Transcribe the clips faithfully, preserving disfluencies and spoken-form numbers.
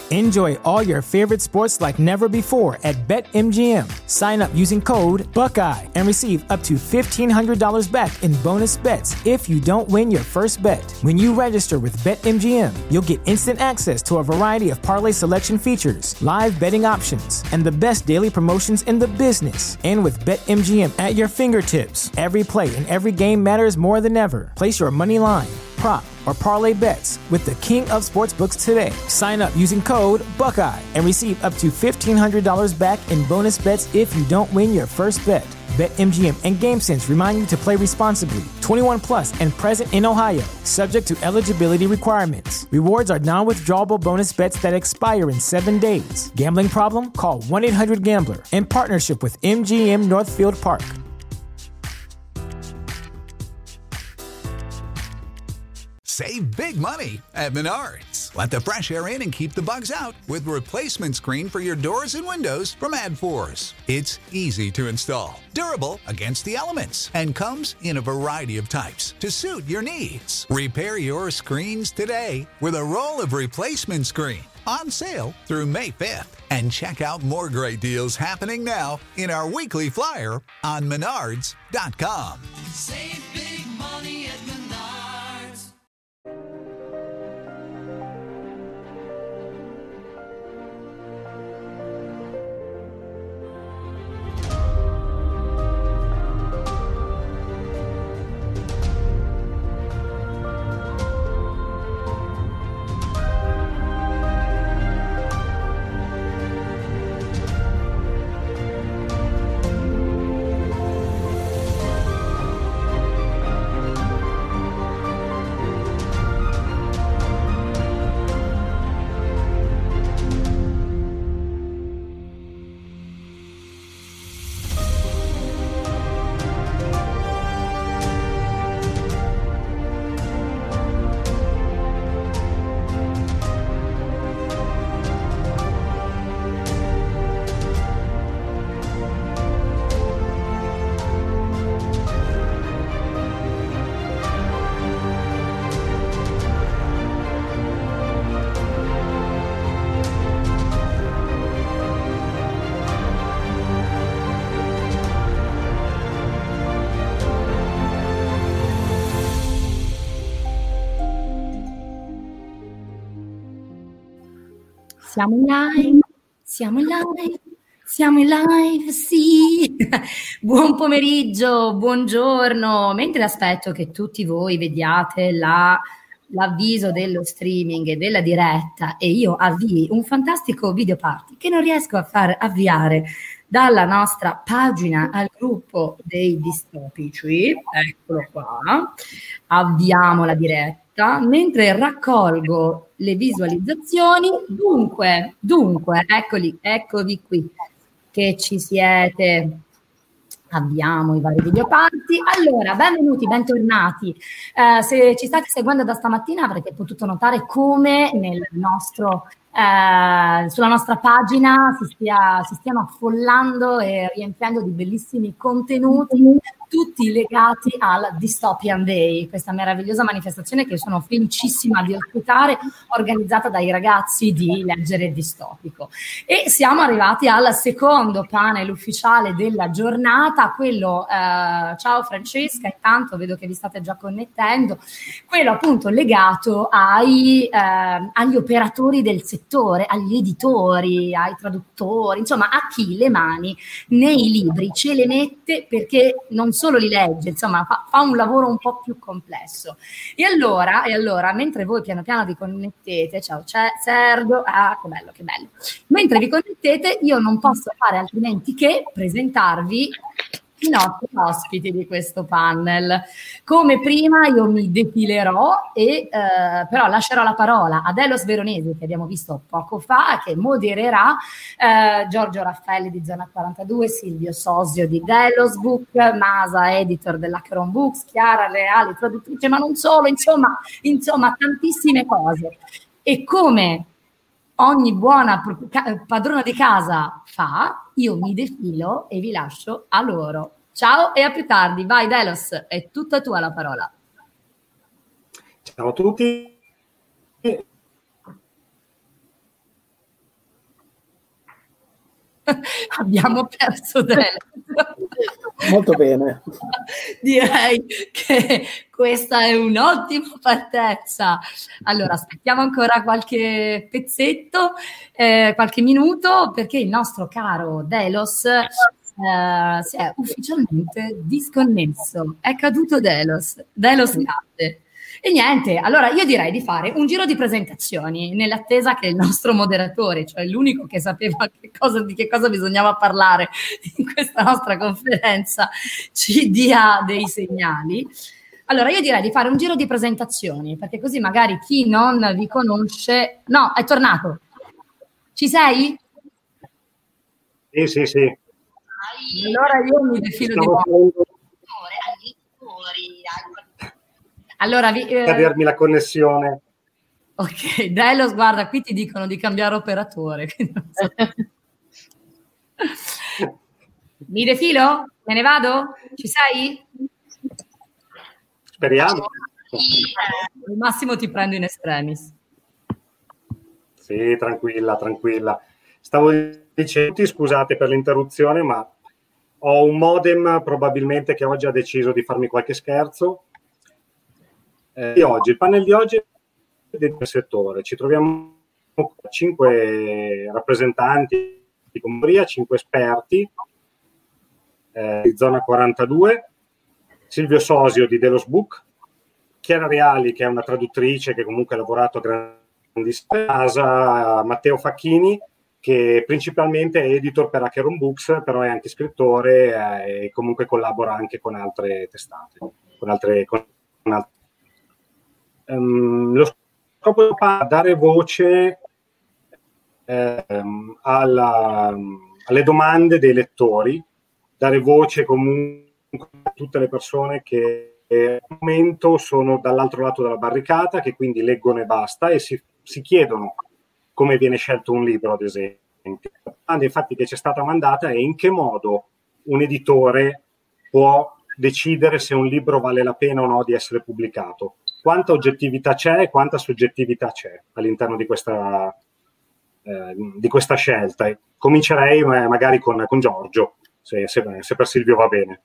Enjoy all your favorite sports like never before at BetMGM. Sign up using code Buckeye and receive up to fifteen hundred dollars back in bonus bets if you don't win your first bet. When you register with BetMGM, you'll get instant access to a variety of parlay selection features, live betting options, and the best daily promotions in the business. And with BetMGM at your fingertips, every play and every game matters more than ever. Place your money line, prop, or parlay bets with the king of sportsbooks today. Sign up using code Buckeye and receive up to fifteen hundred dollars back in bonus bets if you don't win your first bet. BetMGM and GameSense remind you to play responsibly. twenty-one plus and present in Ohio, subject to eligibility requirements. Rewards are non-withdrawable bonus bets that expire in seven days. Gambling problem? Call one eight hundred gambler in partnership with M G M Northfield Park. Save big money at Menards. Let the fresh air in and keep the bugs out with replacement screen for your doors and windows from AdForce. It's easy to install, durable against the elements, and comes in a variety of types to suit your needs. Repair your screens today with a roll of replacement screen on sale through May fifth. And check out more great deals happening now in our weekly flyer on menards dot com. Save big money at Menards. Siamo in live, siamo in live, siamo in live, sì. Buon pomeriggio, buongiorno. Mentre aspetto che tutti voi vediate la, l'avviso dello streaming e della diretta e io avvii un fantastico video party che non riesco a far avviare dalla nostra pagina al gruppo dei distopici, eccolo qua, avviamo la diretta. Mentre raccolgo le visualizzazioni, dunque, dunque, eccoli, eccovi qui, che ci siete, avviamo i vari video parti. Allora, benvenuti, bentornati. Eh, se ci state seguendo da stamattina avrete potuto notare come nel nostro, eh, sulla nostra pagina si, stia, si stiano affollando e riempiendo di bellissimi contenuti, tutti legati al Dystopian Day, questa meravigliosa manifestazione che sono felicissima di ospitare, organizzata dai ragazzi di Leggere Distopico. E siamo arrivati al secondo panel ufficiale della giornata, quello, eh, ciao Francesca, intanto vedo che vi state già connettendo, quello appunto legato ai, eh, agli operatori del settore, agli editori, ai traduttori, insomma a chi le mani nei libri ce le mette perché non solo li legge, insomma fa, fa un lavoro un po' più complesso. E allora, e allora, mentre voi piano piano vi connettete, ciao c'è Sergio, ah che bello, che bello, mentre vi connettete io non posso fare altrimenti che presentarvi i nostri ospiti di questo panel. Come prima io mi defilerò e eh, però lascerò la parola a Delos Veronesi, che abbiamo visto poco fa, che modererà, eh, Giorgio Raffaelli di Zona quarantadue, Silvio Sosio di Delos Book, Masa, editor dell'Acheron Books, Chiara Reali, traduttrice, ma non solo, insomma, insomma tantissime cose. E come ogni buona padrona di casa fa, io mi defilo e vi lascio a loro. Ciao e a più tardi. Vai Delos, è tutta tua la parola. Ciao a tutti. Abbiamo perso Delos. Molto bene. Direi che questa è un'ottima partenza. Allora, aspettiamo ancora qualche pezzetto, eh, qualche minuto, perché il nostro caro Delos eh, si è ufficialmente disconnesso. È caduto Delos. Delos cadde. E niente, allora io direi di fare un giro di presentazioni nell'attesa che il nostro moderatore, cioè l'unico che sapeva che cosa, di che cosa bisognava parlare in questa nostra conferenza, ci dia dei segnali. Allora io direi di fare un giro di presentazioni, perché così magari chi non vi conosce... No, è tornato. Ci sei? Sì, sì, sì. Allora io mi defilo di nuovo. Allora, vi, eh... cadermi la connessione. Ok, Delos, guarda, qui ti dicono di cambiare operatore. Non so. Mi defilo? Me ne vado? Ci sei? Speriamo. Al massimo ti prendo in extremis. Sì, tranquilla, tranquilla. Stavo dicendo, scusate per l'interruzione, ma ho un modem probabilmente che oggi ha deciso di farmi qualche scherzo. Eh, di oggi, il panel di oggi è del settore. Ci troviamo cinque rappresentanti di Umbria, cinque esperti eh, di Zona quarantadue, Silvio Sosio di Delos Book, Chiara Reali che è una traduttrice che comunque ha lavorato a grandissima casa, Matteo Facchini che principalmente è editor per Acheron Books, però è anche scrittore eh, e comunque collabora anche con altre testate, con altre, con altre. Um, lo scopo è dare voce eh, alla, alle domande dei lettori, dare voce comunque a tutte le persone che al momento sono dall'altro lato della barricata, che quindi leggono e basta e si, si chiedono come viene scelto un libro, ad esempio. La domanda infatti che ci è stata mandata è: in che modo un editore può decidere se un libro vale la pena o no di essere pubblicato? Quanta oggettività c'è e quanta soggettività c'è all'interno di questa, eh, di questa scelta? Comincerei magari con, con Giorgio, se, se, se per Silvio va bene.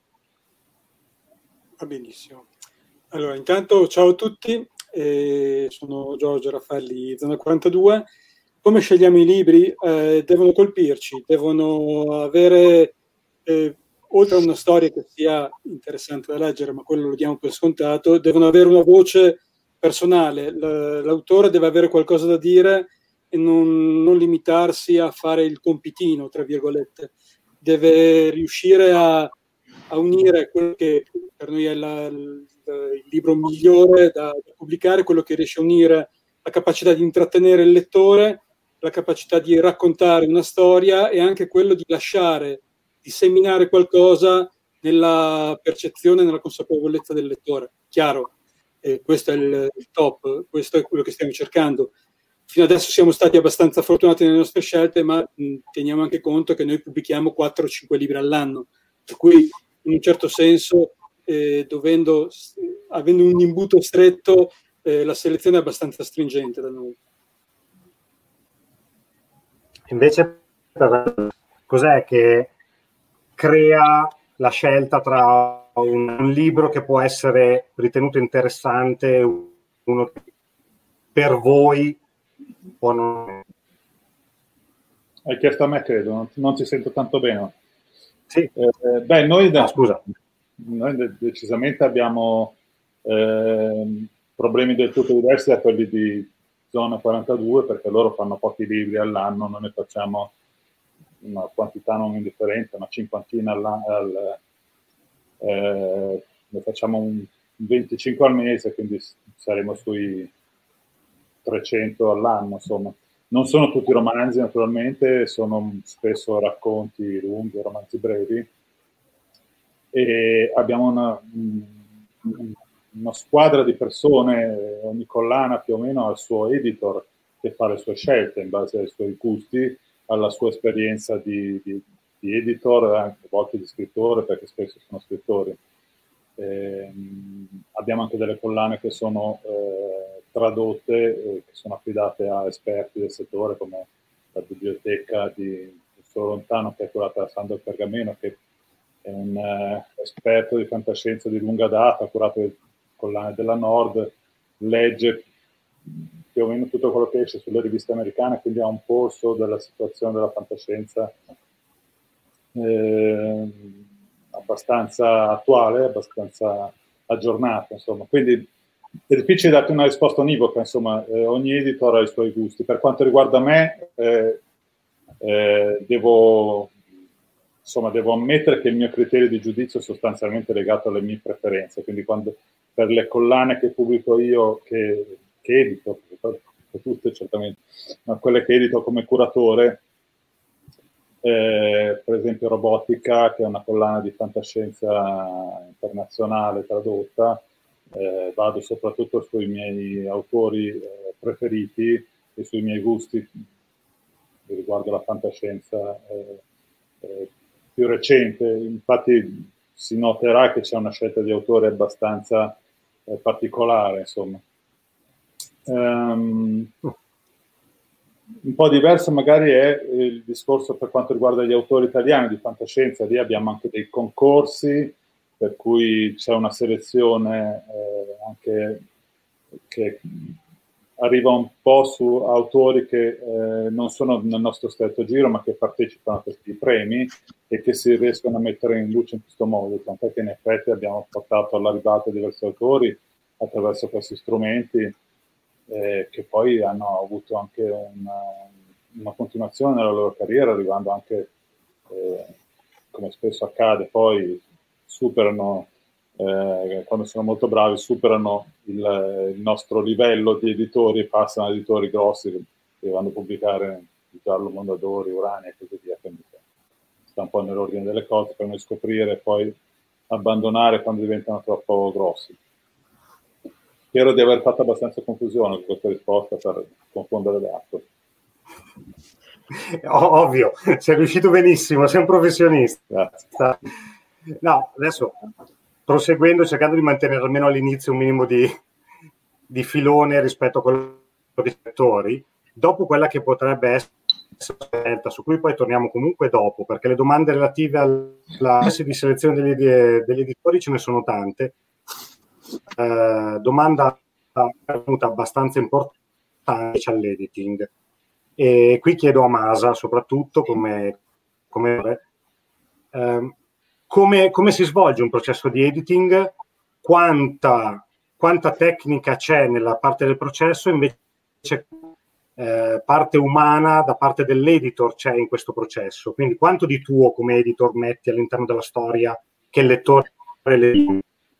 Va benissimo. Allora, intanto ciao a tutti, eh, sono Giorgio Raffaelli, Zona quarantadue. Come scegliamo i libri? Eh, devono colpirci, devono avere... Eh, oltre a una storia che sia interessante da leggere, ma quello lo diamo per scontato, devono avere una voce personale. L'autore deve avere qualcosa da dire e non, non limitarsi a fare il compitino, tra virgolette. Deve riuscire a, a unire quello che per noi è la, il, il libro migliore da, da pubblicare, quello che riesce a unire la capacità di intrattenere il lettore, la capacità di raccontare una storia e anche quello di lasciare di seminare qualcosa nella percezione e nella consapevolezza del lettore. Chiaro, eh, questo è il, il top, questo è quello che stiamo cercando. Fino adesso siamo stati abbastanza fortunati nelle nostre scelte, ma mh, teniamo anche conto che noi pubblichiamo quattro o cinque libri all'anno, per cui in un certo senso, eh, dovendo, avendo un imbuto stretto, eh, la selezione è abbastanza stringente da noi. Invece, cos'è che crea la scelta tra un, un libro che può essere ritenuto interessante, uno per voi o non? Hai chiesto a me, credo, non, non ti sento tanto bene. Sì. Eh, beh, noi, no, scusa. noi decisamente abbiamo eh, problemi del tutto diversi da quelli di Zona quarantadue, perché loro fanno pochi libri all'anno, noi ne facciamo una quantità non indifferente, una cinquantina all'anno, eh, ne facciamo un venticinque al mese, quindi saremo sui trecento all'anno, insomma. Non sono tutti romanzi, naturalmente, sono spesso racconti lunghi, romanzi brevi, e abbiamo una, una squadra di persone, ogni collana più o meno ha il suo editor che fa le sue scelte in base ai suoi gusti, alla sua esperienza di, di, di editor, anche a volte di scrittore, perché spesso sono scrittori. Eh, abbiamo anche delle collane che sono eh, tradotte, eh, che sono affidate a esperti del settore, come la biblioteca di solo lontano, che è curata da Sandro Pergameno, che è un eh, esperto di fantascienza di lunga data, ha curato le collane della Nord, legge più o meno tutto quello che esce sulle riviste americane, quindi ha un polso della situazione della fantascienza eh, abbastanza attuale, abbastanza aggiornato, insomma. Quindi è difficile darti una risposta univoca, insomma, eh, ogni editor ha i suoi gusti. Per quanto riguarda me, eh, eh, devo, insomma, devo ammettere che il mio criterio di giudizio è sostanzialmente legato alle mie preferenze, quindi quando per le collane che pubblico io, che, che edito, per tutte certamente, ma quelle che edito come curatore, eh, per esempio Robotica, che è una collana di fantascienza internazionale tradotta, eh, vado soprattutto sui miei autori eh, preferiti e sui miei gusti riguardo la fantascienza eh, eh, più recente. Infatti si noterà che c'è una scelta di autori abbastanza eh, particolare, insomma. Um, un po' diverso magari è il discorso per quanto riguarda gli autori italiani di fantascienza. Lì abbiamo anche dei concorsi per cui c'è una selezione eh, anche che arriva un po' su autori che eh, non sono nel nostro stretto giro ma che partecipano a questi premi e che si riescono a mettere in luce in questo modo, tant'è che in effetti abbiamo portato alla ribalta diversi autori attraverso questi strumenti eh, che poi hanno avuto anche una, una continuazione nella loro carriera, arrivando anche, eh, come spesso accade, poi superano, eh, quando sono molto bravi, superano il, il nostro livello di editori e passano a editori grossi che, che vanno a pubblicare il Giallo Mondadori, Urania e così via. Quindi sta un po' nell'ordine delle cose per noi scoprire e poi abbandonare quando diventano troppo grossi. Spero di aver fatto abbastanza confusione con questa risposta per confondere le acque. Ovvio, sei riuscito benissimo, sei un professionista. Grazie. No, adesso proseguendo, cercando di mantenere almeno all'inizio un minimo di, di filone rispetto a quello dei settori, dopo quella che potrebbe essere scelta, su cui poi torniamo comunque dopo, perché le domande relative alla classe di selezione degli, degli editori ce ne sono tante. Eh, domanda venuta abbastanza importante all'editing, e qui chiedo a Masa soprattutto come, come eh, Come, come si svolge un processo di editing, quanta, quanta tecnica c'è nella parte del processo, invece eh, parte umana da parte dell'editor c'è in questo processo, quindi quanto di tuo come editor metti all'interno della storia che il lettore le...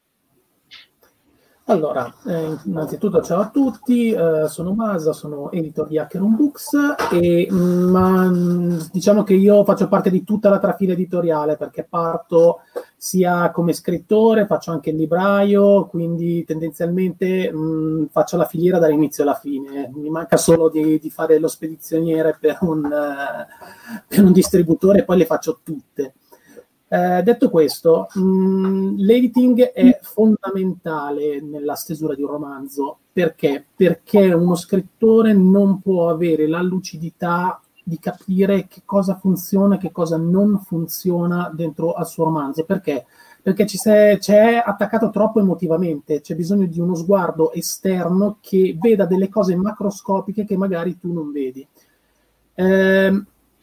Allora, eh, innanzitutto ciao a tutti, eh, sono Masa, sono editor di Hackeron Books e mh, ma, diciamo che io faccio parte di tutta la trafila editoriale perché parto sia come scrittore, faccio anche il libraio, quindi tendenzialmente mh, faccio la filiera dall'inizio alla fine. Mi manca solo di, di fare lo spedizioniere per un, uh, per un distributore e poi le faccio tutte. Eh, detto questo, mh, l'editing è fondamentale nella stesura di un romanzo. Perché? Perché uno scrittore non può avere la lucidità di capire che cosa funziona e che cosa non funziona dentro al suo romanzo. Perché? Perché ci sei, c'è attaccato troppo emotivamente, c'è bisogno di uno sguardo esterno che veda delle cose macroscopiche che magari tu non vedi. Eh,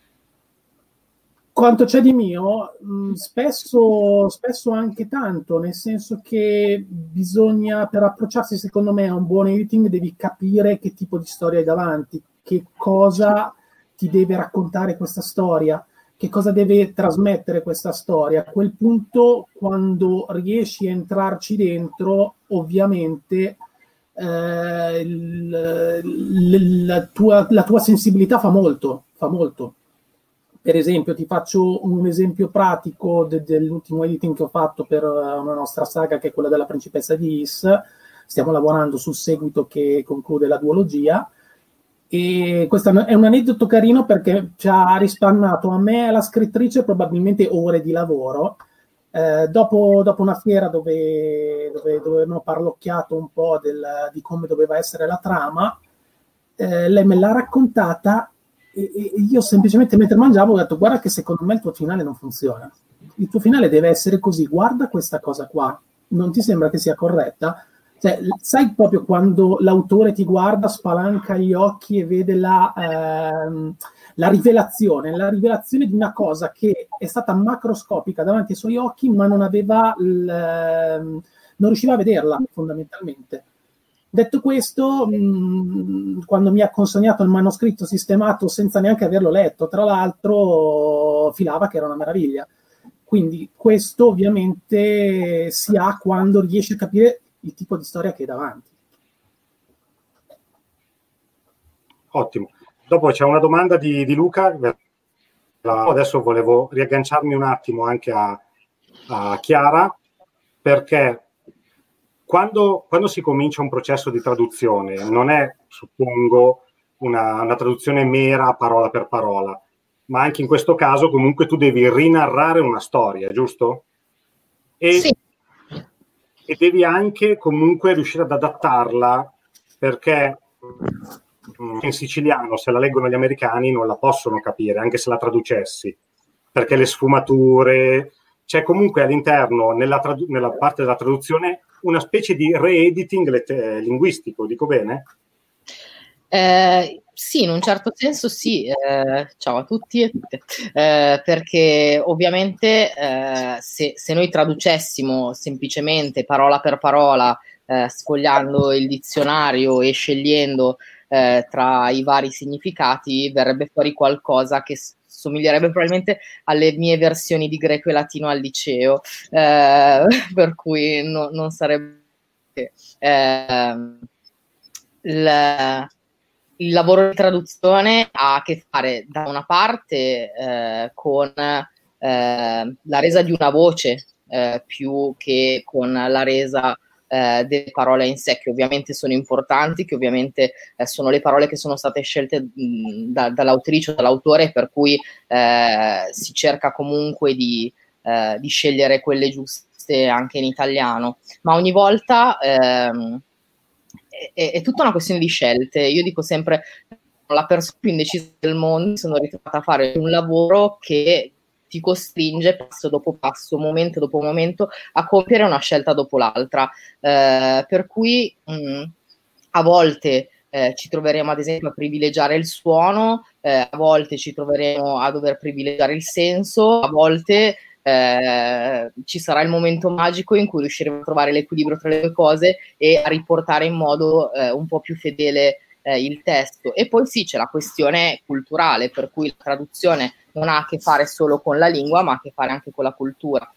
Quanto c'è di mio, mh, spesso, spesso anche tanto, nel senso che bisogna, per approcciarsi secondo me a un buon editing, devi capire che tipo di storia hai davanti, che cosa ti deve raccontare questa storia, che cosa deve trasmettere questa storia. A quel punto, quando riesci a entrarci dentro, ovviamente eh, il, il, la, tua, la tua sensibilità fa molto, fa molto. Per esempio, ti faccio un esempio pratico de- dell'ultimo editing che ho fatto per una nostra saga, che è quella della Principessa di Is. Stiamo lavorando sul seguito che conclude la duologia. E questo è un aneddoto carino perché ci ha risparmiato a me e alla scrittrice probabilmente ore di lavoro. Eh, dopo, dopo una fiera dove, dove, dove abbiamo parlocchiato un po' del, di come doveva essere la trama, eh, lei me l'ha raccontata e, e io semplicemente mentre mangiavo ho detto guarda che secondo me il tuo finale non funziona, il tuo finale deve essere così, guarda questa cosa qua, non ti sembra che sia corretta? Cioè, sai proprio quando l'autore ti guarda, spalanca gli occhi e vede la, ehm, la rivelazione, la rivelazione di una cosa che è stata macroscopica davanti ai suoi occhi, ma non aveva il, ehm, non riusciva a vederla fondamentalmente. Detto questo, mh, quando mi ha consegnato il manoscritto sistemato senza neanche averlo letto, tra l'altro filava che era una meraviglia. Quindi questo ovviamente si ha quando riesci a capire il tipo di storia che hai davanti. Ottimo. Dopo c'è una domanda di, di Luca. Adesso volevo riagganciarmi un attimo anche a, a Chiara, perché quando, quando si comincia un processo di traduzione non è, suppongo, una, una traduzione mera parola per parola, ma anche in questo caso comunque tu devi rinarrare una storia, giusto? E, sì. e devi anche comunque riuscire ad adattarla, perché in siciliano se la leggono gli americani non la possono capire, anche se la traducessi, perché le sfumature, c'è comunque all'interno, nella, tradu- nella parte della traduzione, una specie di re-editing let- linguistico, dico bene? Eh, sì, in un certo senso sì, eh, ciao a tutti e tutte, eh, perché ovviamente eh, se, se noi traducessimo semplicemente parola per parola, eh, sfogliando il dizionario e scegliendo eh, tra i vari significati, verrebbe fuori qualcosa che somiglierebbe probabilmente alle mie versioni di greco e latino al liceo, eh, per cui no, non sarebbe... Eh, il, il lavoro di traduzione ha a che fare da una parte eh, con eh, la resa di una voce eh, più che con la resa eh, delle parole in sé, che ovviamente sono importanti, che ovviamente eh, sono le parole che sono state scelte mh, da, dall'autrice o dall'autore, per cui eh, si cerca comunque di, eh, di scegliere quelle giuste anche in italiano, ma ogni volta ehm, è, è tutta una questione di scelte. Io dico sempre, la persona più indecisa del mondo, mi sono ritrovata a fare un lavoro che ti costringe passo dopo passo, momento dopo momento, a compiere una scelta dopo l'altra, eh, per cui mh, a volte eh, ci troveremo ad esempio a privilegiare il suono, eh, a volte ci troveremo a dover privilegiare il senso, a volte eh, ci sarà il momento magico in cui riusciremo a trovare l'equilibrio tra le due cose e a riportare in modo eh, un po' più fedele eh, il testo. E poi sì, c'è la questione culturale, per cui la traduzione non ha a che fare solo con la lingua, ma ha a che fare anche con la cultura.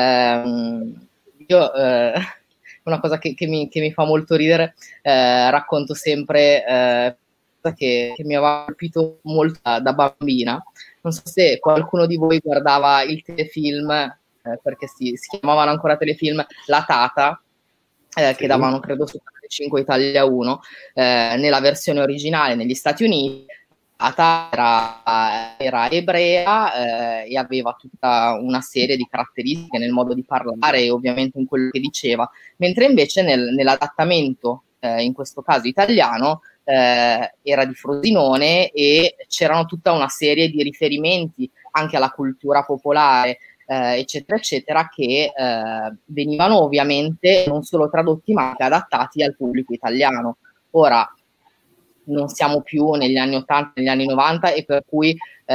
Eh, io eh, una cosa che, che, mi, che mi fa molto ridere, eh, racconto sempre eh, che, che mi aveva colpito molto da, da bambina. Non so se qualcuno di voi guardava il telefilm, eh, perché si, si chiamavano ancora telefilm, La Tata, eh, che davano credo su cinque Italia uno, eh, nella versione originale negli Stati Uniti. La Tata era, era ebrea eh, e aveva tutta una serie di caratteristiche nel modo di parlare e ovviamente in quello che diceva, mentre invece nel, nell'adattamento, eh, in questo caso italiano, Eh, era di Frosinone e c'erano tutta una serie di riferimenti anche alla cultura popolare, eh, eccetera, eccetera, che eh, venivano ovviamente non solo tradotti ma anche adattati al pubblico italiano. Ora, non siamo più negli anni ottanta, negli anni novanta, e per cui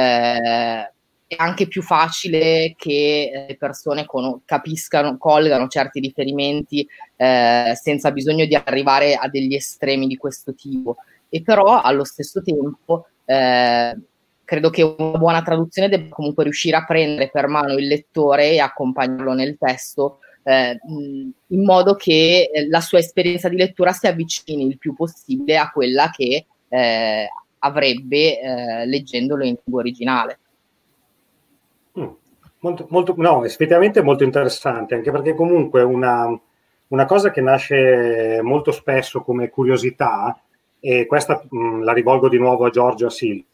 eh, è anche più facile che le persone con- capiscano, colgano certi riferimenti eh, senza bisogno di arrivare a degli estremi di questo tipo. E però allo stesso tempo eh, credo che una buona traduzione debba comunque riuscire a prendere per mano il lettore e accompagnarlo nel testo eh, in modo che la sua esperienza di lettura si avvicini il più possibile a quella che eh, avrebbe eh, leggendolo in lingua originale. Mm, molto, molto, no, effettivamente molto interessante, anche perché comunque una, una cosa che nasce molto spesso come curiosità, e questa mh, la rivolgo di nuovo a Giorgio Assil,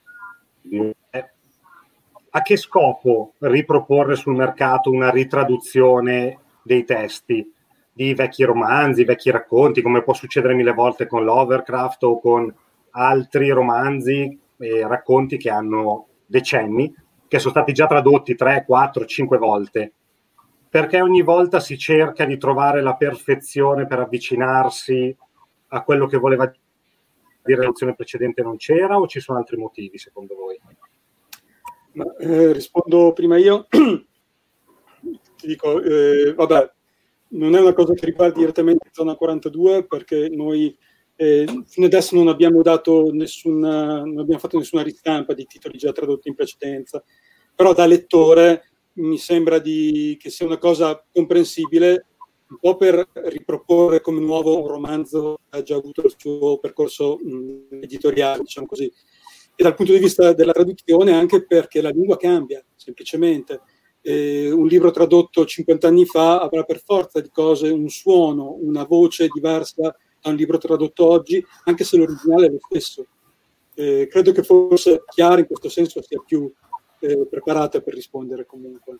a che scopo riproporre sul mercato una ritraduzione dei testi di vecchi romanzi, vecchi racconti, come può succedere mille volte con Lovecraft o con altri romanzi eh, racconti che hanno decenni, che sono stati già tradotti tre, quattro, cinque volte, perché ogni volta si cerca di trovare la perfezione per avvicinarsi a quello che voleva dire la traduzione precedente non c'era, o ci sono altri motivi secondo voi? Ma, eh, rispondo prima io. Ti dico, eh, vabbè, non è una cosa che riguarda direttamente Zona quarantadue, perché noi eh, fino adesso non abbiamo dato nessuna, non abbiamo fatto nessuna ristampa di titoli già tradotti in precedenza, però da lettore mi sembra di, che sia una cosa comprensibile, un po' per riproporre come nuovo un romanzo che ha già avuto il suo percorso mh, editoriale, diciamo così, e dal punto di vista della traduzione anche perché la lingua cambia, semplicemente. Eh, un libro tradotto cinquanta anni fa avrà per forza di cose un suono, una voce diversa da un libro tradotto oggi, anche se l'originale è lo stesso. Eh, credo che forse Chiara in questo senso sia più eh, preparata per rispondere comunque.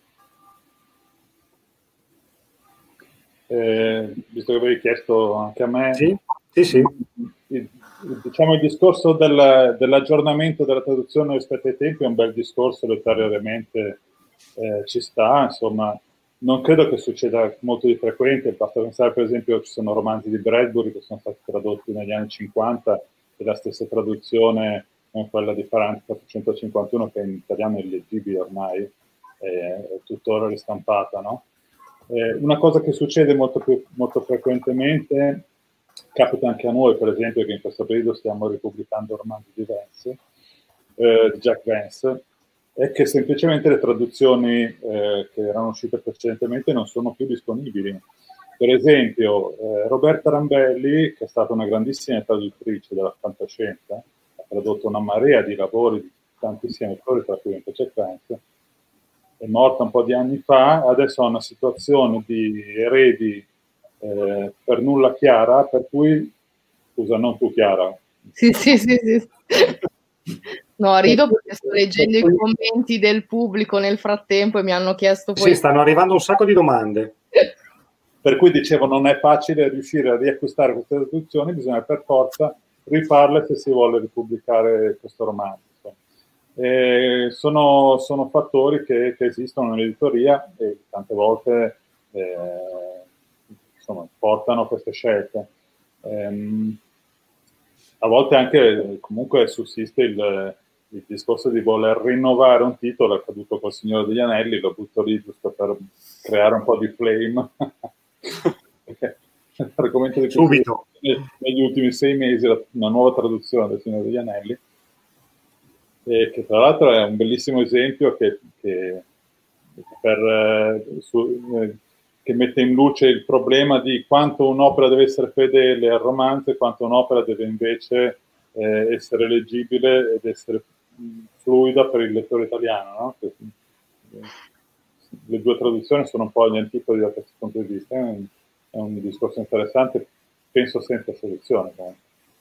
Eh, visto che avevi chiesto anche a me, sì, sì, sì. Il, diciamo il discorso del, dell'aggiornamento della traduzione rispetto ai tempi è un bel discorso, letterariamente eh, ci sta, insomma, non credo che succeda molto di frequente, basta pensare per esempio ci sono romanzi di Bradbury che sono stati tradotti negli anni cinquanta e la stessa traduzione come quella di Fahrenheit quattrocentocinquantuno, che in italiano è illeggibile ormai, è tuttora ristampata, no? Eh, una cosa che succede molto, più, molto frequentemente, capita anche a noi per esempio, che in questo periodo stiamo ripubblicando romanzi di Vance, eh, di Jack Vance, è che semplicemente le traduzioni eh, che erano uscite precedentemente non sono più disponibili. Per esempio eh, Roberta Rambelli, che è stata una grandissima traduttrice della fantascienza, ha tradotto una marea di lavori di tantissimi autori, tra cui anche Jack Vance, è morta un po' di anni fa, adesso ha una situazione di eredi eh, per nulla chiara, per cui, scusa, non tu Chiara. Sì, sì, sì, sì. No, rido perché sto leggendo i commenti del pubblico nel frattempo e mi hanno chiesto poi... Sì, stanno arrivando un sacco di domande. Per cui dicevo, non è facile riuscire a riacquistare queste traduzioni, bisogna per forza rifarle se si vuole ripubblicare questo romanzo. Eh, sono, sono fattori che, che esistono nell'editoria e tante volte eh, insomma, portano a queste scelte. Eh, a volte anche comunque sussiste il, il discorso di voler rinnovare un titolo, è accaduto col Signore degli Anelli, lo butto lì giusto per creare un po' di flame. L'argomento di subito negli ultimi sei mesi una nuova traduzione del Signore degli Anelli, e che tra l'altro è un bellissimo esempio che, che, per, eh, su, eh, che mette in luce il problema di quanto un'opera deve essere fedele al romanzo e quanto un'opera deve invece eh, essere leggibile ed essere fluida per il lettore italiano, no? Che, le due traduzioni sono un po' gli antipodi da questo punto di vista, è un, è un discorso interessante, penso senza soluzione. No?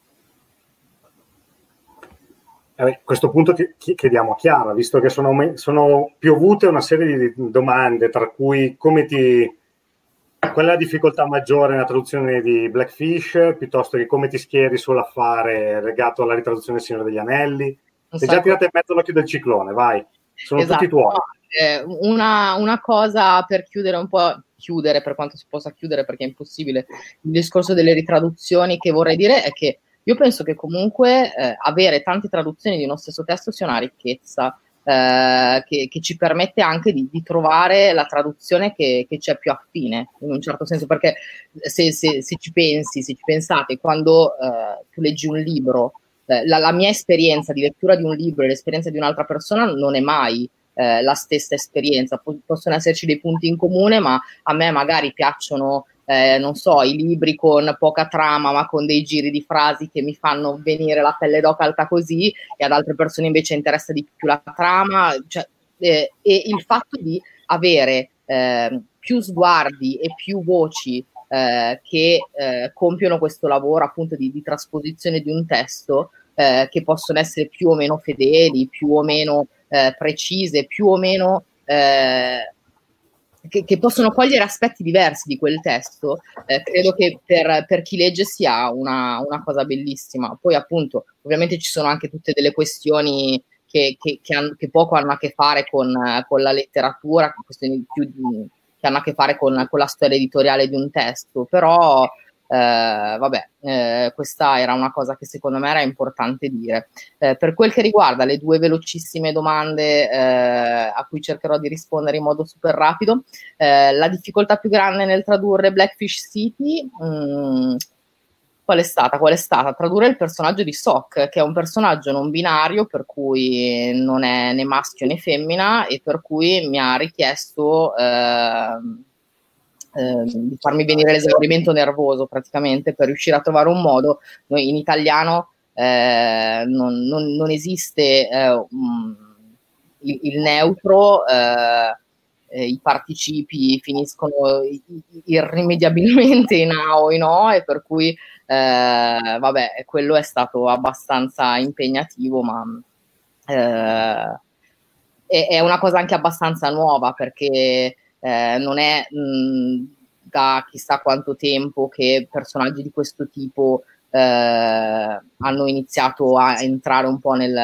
A questo punto ti chiediamo a Chiara, visto che sono, sono piovute una serie di domande, tra cui come ti, qual è la difficoltà maggiore nella traduzione di Blackfish, piuttosto che come ti schieri sull'affare legato alla ritraduzione del Signore degli Anelli. Sei già tirata in mezzo all'occhio del ciclone, vai, sono esatto. tutti tuoi. Eh, una, una cosa per chiudere un po', chiudere per quanto si possa chiudere perché è impossibile, il discorso delle ritraduzioni, che vorrei dire è che io penso che comunque eh, avere tante traduzioni di uno stesso testo sia una ricchezza eh, che, che ci permette anche di, di trovare la traduzione che, che ci è più affine, in un certo senso, perché se, se, se ci pensi, se ci pensate, quando eh, tu leggi un libro, eh, la, la mia esperienza di lettura di un libro e l'esperienza di un'altra persona non è mai eh, la stessa esperienza, P- possono esserci dei punti in comune, ma a me magari piacciono Eh, non so, i libri con poca trama ma con dei giri di frasi che mi fanno venire la pelle d'oca alta così, e ad altre persone invece interessa di più la trama, cioè, eh, e il fatto di avere eh, più sguardi e più voci eh, che eh, compiono questo lavoro appunto di, di trasposizione di un testo, eh, che possono essere più o meno fedeli, più o meno eh, precise, più o meno eh, che, che possono cogliere aspetti diversi di quel testo, eh, credo che per, per chi legge sia una, una cosa bellissima. Poi appunto ovviamente ci sono anche tutte delle questioni che, che, che, hanno, che poco hanno a che fare con, con la letteratura, questioni più di, che hanno a che fare con, con la storia editoriale di un testo, però eh, vabbè, eh, questa era una cosa che secondo me era importante dire. Eh, per quel che riguarda le due velocissime domande eh, a cui cercherò di rispondere in modo super rapido, eh, la difficoltà più grande nel tradurre Blackfish City, mh, qual è stata? Qual è stata? Tradurre il personaggio di Sock, che è un personaggio non binario, per cui non è né maschio né femmina, e per cui mi ha richiesto eh, eh, di farmi venire l'esaurimento nervoso praticamente, per riuscire a trovare un modo. Noi in italiano eh, non, non, non esiste eh, um, il, il neutro, eh, eh, i participi finiscono irrimediabilmente in a o in o, e per cui Eh, vabbè, quello è stato abbastanza impegnativo, ma eh, è, è una cosa anche abbastanza nuova, perché eh, non è mh, da chissà quanto tempo che personaggi di questo tipo eh, hanno iniziato a entrare un po' nel,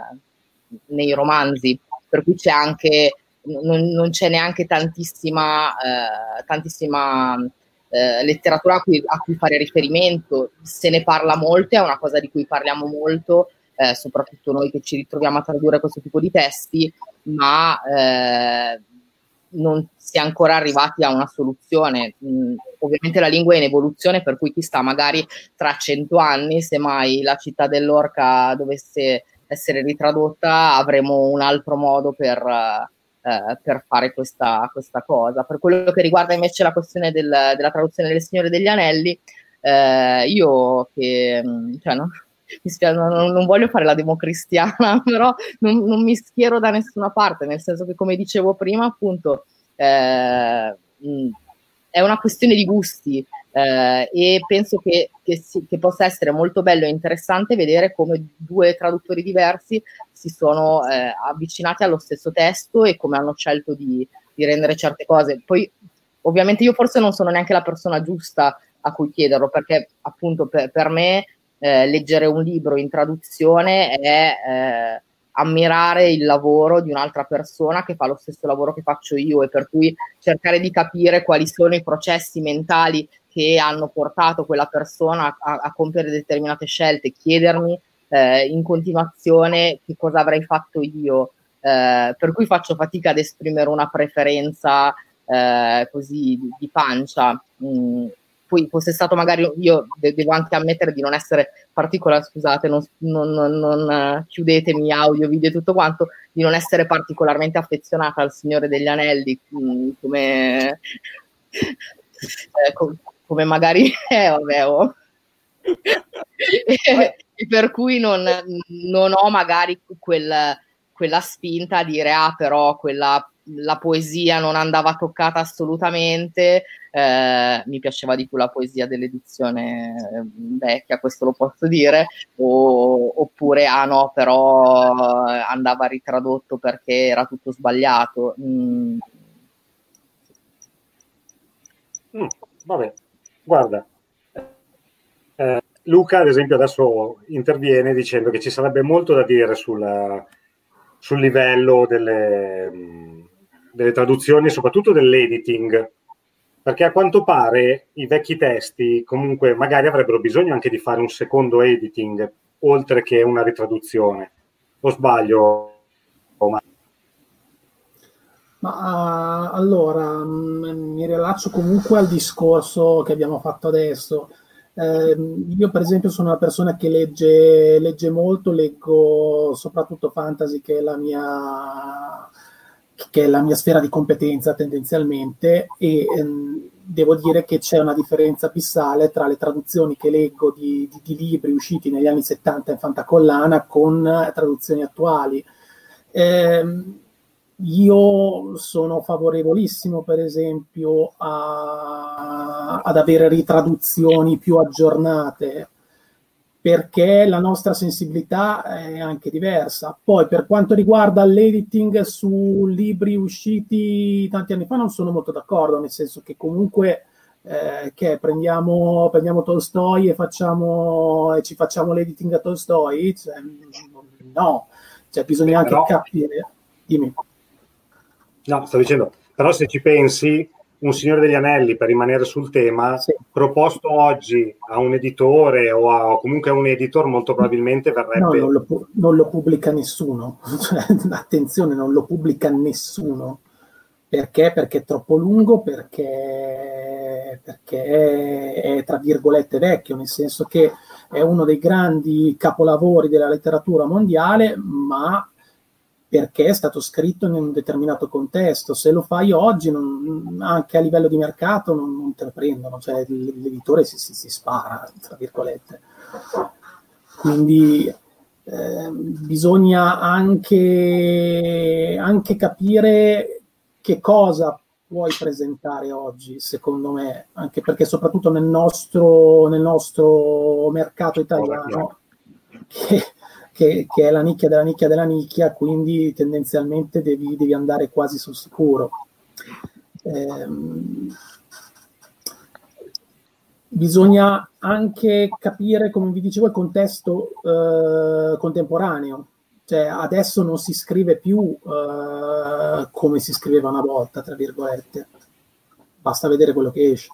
nei romanzi, per cui c'è anche non, non c'è neanche tantissima eh, tantissima Eh, letteratura a cui, a cui fare riferimento. Se ne parla molto, è una cosa di cui parliamo molto, eh, soprattutto noi che ci ritroviamo a tradurre questo tipo di testi, ma eh, non si è ancora arrivati a una soluzione. Mm, ovviamente la lingua è in evoluzione, per cui chi sta magari tra cento anni, se mai la città dell'orca dovesse essere ritradotta, avremo un altro modo per Eh, per fare questa, questa cosa. Per quello che riguarda invece la questione del, della traduzione del Signore degli Anelli, eh, io che cioè, no, mi spiace, non, non voglio fare la democristiana, però non, non mi schiero da nessuna parte, nel senso che, come dicevo prima, appunto eh, mh, è una questione di gusti, eh, e penso che, che, si, che possa essere molto bello e interessante vedere come due traduttori diversi si sono eh, avvicinati allo stesso testo e come hanno scelto di, di rendere certe cose. Poi ovviamente io forse non sono neanche la persona giusta a cui chiederlo, perché appunto per, per me eh, leggere un libro in traduzione è eh, ammirare il lavoro di un'altra persona che fa lo stesso lavoro che faccio io, e per cui cercare di capire quali sono i processi mentali che hanno portato quella persona a, a compiere determinate scelte, chiedermi eh, in continuazione che cosa avrei fatto io, eh, per cui faccio fatica ad esprimere una preferenza eh, così di, di pancia. Mm. Poi fosse stato magari, io devo anche ammettere di non essere particolare, scusate, non, non, non, non chiudetemi audio, video e tutto quanto, di non essere particolarmente affezionata al Signore degli Anelli, come, eh, come magari eh, vabbè, oh. e, e per cui non, non ho magari quel, quella spinta a dire ah però quella la poesia non andava toccata assolutamente, eh, mi piaceva di più la poesia dell'edizione vecchia, questo lo posso dire, o, oppure ah no però andava ritradotto perché era tutto sbagliato. Mm. Mm, vabbè, guarda, eh, Luca ad esempio adesso interviene dicendo che ci sarebbe molto da dire sulla, sul livello delle delle traduzioni, soprattutto dell'editing, perché a quanto pare i vecchi testi comunque magari avrebbero bisogno anche di fare un secondo editing oltre che una ritraduzione, o sbaglio? Ma, Ma uh, allora mh, mi rilaccio comunque al discorso che abbiamo fatto adesso. Eh, io per esempio sono una persona che legge, legge molto, leggo soprattutto fantasy, che è la mia che è la mia sfera di competenza tendenzialmente, e ehm, devo dire che c'è una differenza abissale tra le traduzioni che leggo di, di, di libri usciti negli anni settanta in fantacollana con traduzioni attuali. Eh, io sono favorevolissimo per esempio a, ad avere ritraduzioni più aggiornate, perché la nostra sensibilità è anche diversa. Poi per quanto riguarda l'editing su libri usciti tanti anni fa non sono molto d'accordo, nel senso che comunque eh, che prendiamo, prendiamo Tolstoi e, facciamo, e ci facciamo l'editing a Tolstoi, cioè, no, cioè, bisogna anche però, capire. Dimmi. No, sto dicendo, però se ci pensi, Un Signore degli Anelli, per rimanere sul tema, Sì. proposto oggi a un editore o, a, o comunque a un editor, molto probabilmente verrebbe... No, non lo, pu- non lo pubblica nessuno. Cioè, attenzione, non lo pubblica nessuno. Perché? Perché è troppo lungo, perché, perché è, è, tra virgolette, vecchio, nel senso che è uno dei grandi capolavori della letteratura mondiale, ma perché è stato scritto in un determinato contesto. Se lo fai oggi, non, anche a livello di mercato, non, non te lo prendono, cioè l'editore si, si, si spara, tra virgolette. Quindi eh, bisogna anche, anche capire che cosa puoi presentare oggi, secondo me, anche perché soprattutto nel nostro, nel nostro mercato italiano, che Che, che è la nicchia della nicchia della nicchia, quindi tendenzialmente devi, devi andare quasi sul sicuro. Ehm, bisogna anche capire, come vi dicevo, il contesto eh, contemporaneo. Cioè, adesso non si scrive più eh, come si scriveva una volta, tra virgolette. Basta vedere quello che esce.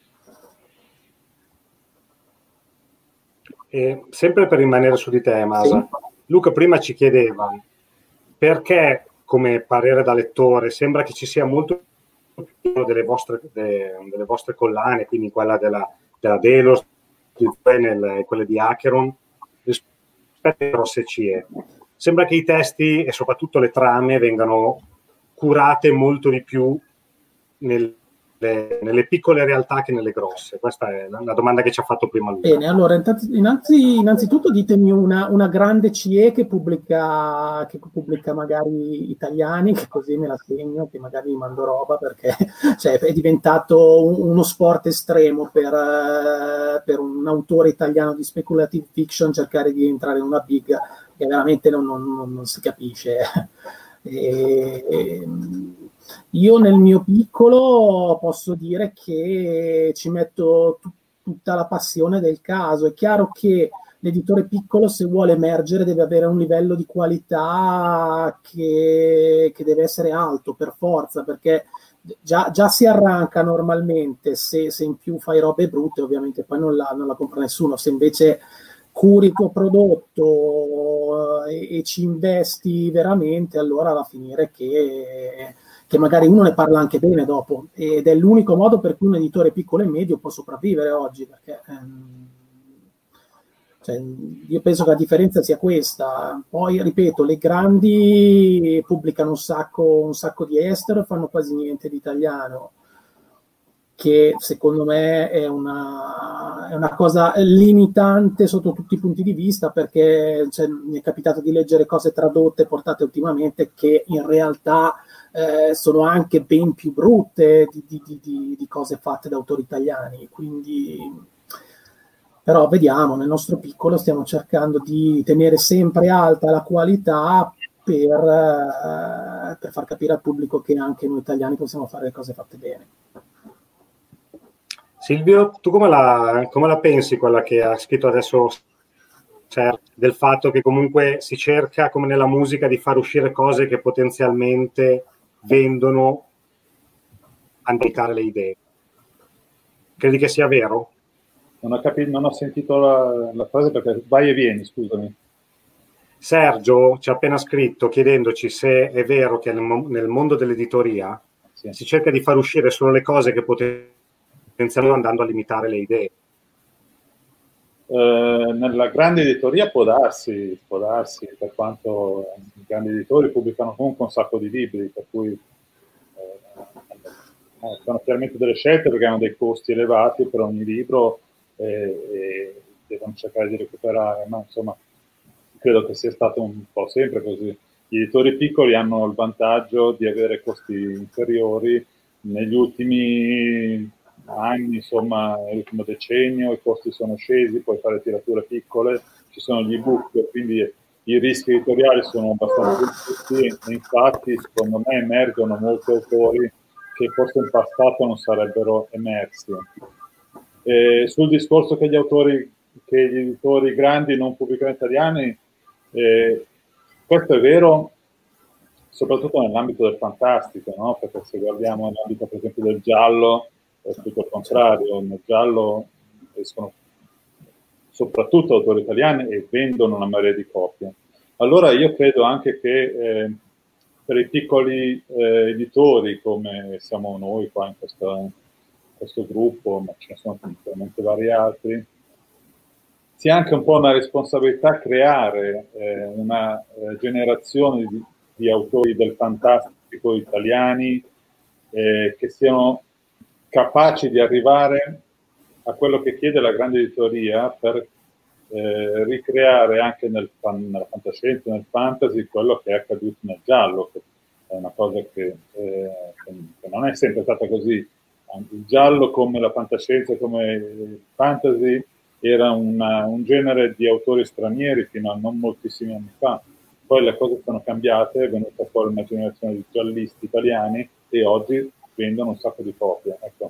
E sempre per rimanere su di te, Masa, sì. Luca prima ci chiedeva perché, come parere da lettore, sembra che ci sia molto più delle vostre, de, delle vostre collane, quindi quella della, della Delos, nel, quelle di Acheron, rispetto alle grosse C E. Sembra che i testi e soprattutto le trame vengano curate molto di più nel nelle piccole realtà che nelle grosse. Questa è la domanda che ci ha fatto prima lui. Bene, allora innanzi, innanzitutto ditemi una, una grande C E che pubblica, che pubblica magari italiani, che così me la segno, che magari mi mando roba, perché cioè, è diventato un, uno sport estremo per, per un autore italiano di speculative fiction cercare di entrare in una big che veramente non, non, non si capisce. E, e, io nel mio piccolo posso dire che ci metto t- tutta la passione del caso. È chiaro che l'editore piccolo, se vuole emergere, deve avere un livello di qualità che, che deve essere alto per forza, perché già, già si arranca normalmente se, se in più fai robe brutte, ovviamente poi non la, non la compra nessuno. Se invece curi il tuo prodotto e, e ci investi veramente, allora va a finire che, che magari uno ne parla anche bene dopo, ed è l'unico modo per cui un editore piccolo e medio può sopravvivere oggi, perché ehm, cioè, io penso che la differenza sia questa. Poi ripeto, le grandi pubblicano un sacco, un sacco di estero e fanno quasi niente di italiano, che secondo me è una, è una cosa limitante sotto tutti i punti di vista, perché cioè, mi è capitato di leggere cose tradotte portate ultimamente che in realtà eh, sono anche ben più brutte di, di, di, di cose fatte da autori italiani. Quindi, però vediamo, nel nostro piccolo stiamo cercando di tenere sempre alta la qualità per, eh, per far capire al pubblico che anche noi italiani possiamo fare le cose fatte bene. Silvio, tu come la, come la pensi quella che ha scritto adesso, cioè, del fatto che comunque si cerca, come nella musica, di far uscire cose che potenzialmente vendono a indicare le idee? Credi che sia vero? Non ho capito, non ho sentito la, la frase perché vai e vieni, scusami. Sergio ci ha appena scritto chiedendoci se è vero che nel, nel mondo dell'editoria sì. si cerca di far uscire solo le cose che potenzialmente andando a limitare le idee. Eh, nella grande editoria può darsi, può darsi, per quanto i grandi editori pubblicano comunque un sacco di libri, per cui eh, sono chiaramente delle scelte perché hanno dei costi elevati per ogni libro e, e devono cercare di recuperare, ma insomma credo che sia stato un po' sempre così. Gli editori piccoli hanno il vantaggio di avere costi inferiori. Negli ultimi anni, insomma, nell'ultimo decennio i costi sono scesi, puoi fare tirature piccole, ci sono gli ebook, quindi i rischi editoriali sono abbastanza ridotti e infatti secondo me emergono molti autori che forse in passato non sarebbero emersi. E sul discorso che gli autori, che gli editori grandi non pubblicano italiani, eh, questo è vero soprattutto nell'ambito del fantastico, no? Perché se guardiamo nell'ambito per esempio del giallo è tutto il contrario, nel giallo escono soprattutto autori italiani e vendono una marea di copie. Allora io credo anche che eh, per i piccoli eh, editori come siamo noi qua in questo, questo gruppo, ma ce ne sono veramente vari altri, sia anche un po' una responsabilità creare eh, una eh, generazione di, di autori del fantastico italiani eh, che siano capaci di arrivare a quello che chiede la grande editoria per eh, ricreare anche nel, nella fantascienza, nel fantasy, quello che è accaduto nel giallo, che è una cosa che, eh, che non è sempre stata così. Il giallo, come la fantascienza, come il fantasy, era una, un genere di autori stranieri fino a non moltissimi anni fa. Poi le cose sono cambiate, è venuta fuori una generazione di giallisti italiani e oggi vendono un sacco di copie. Ecco.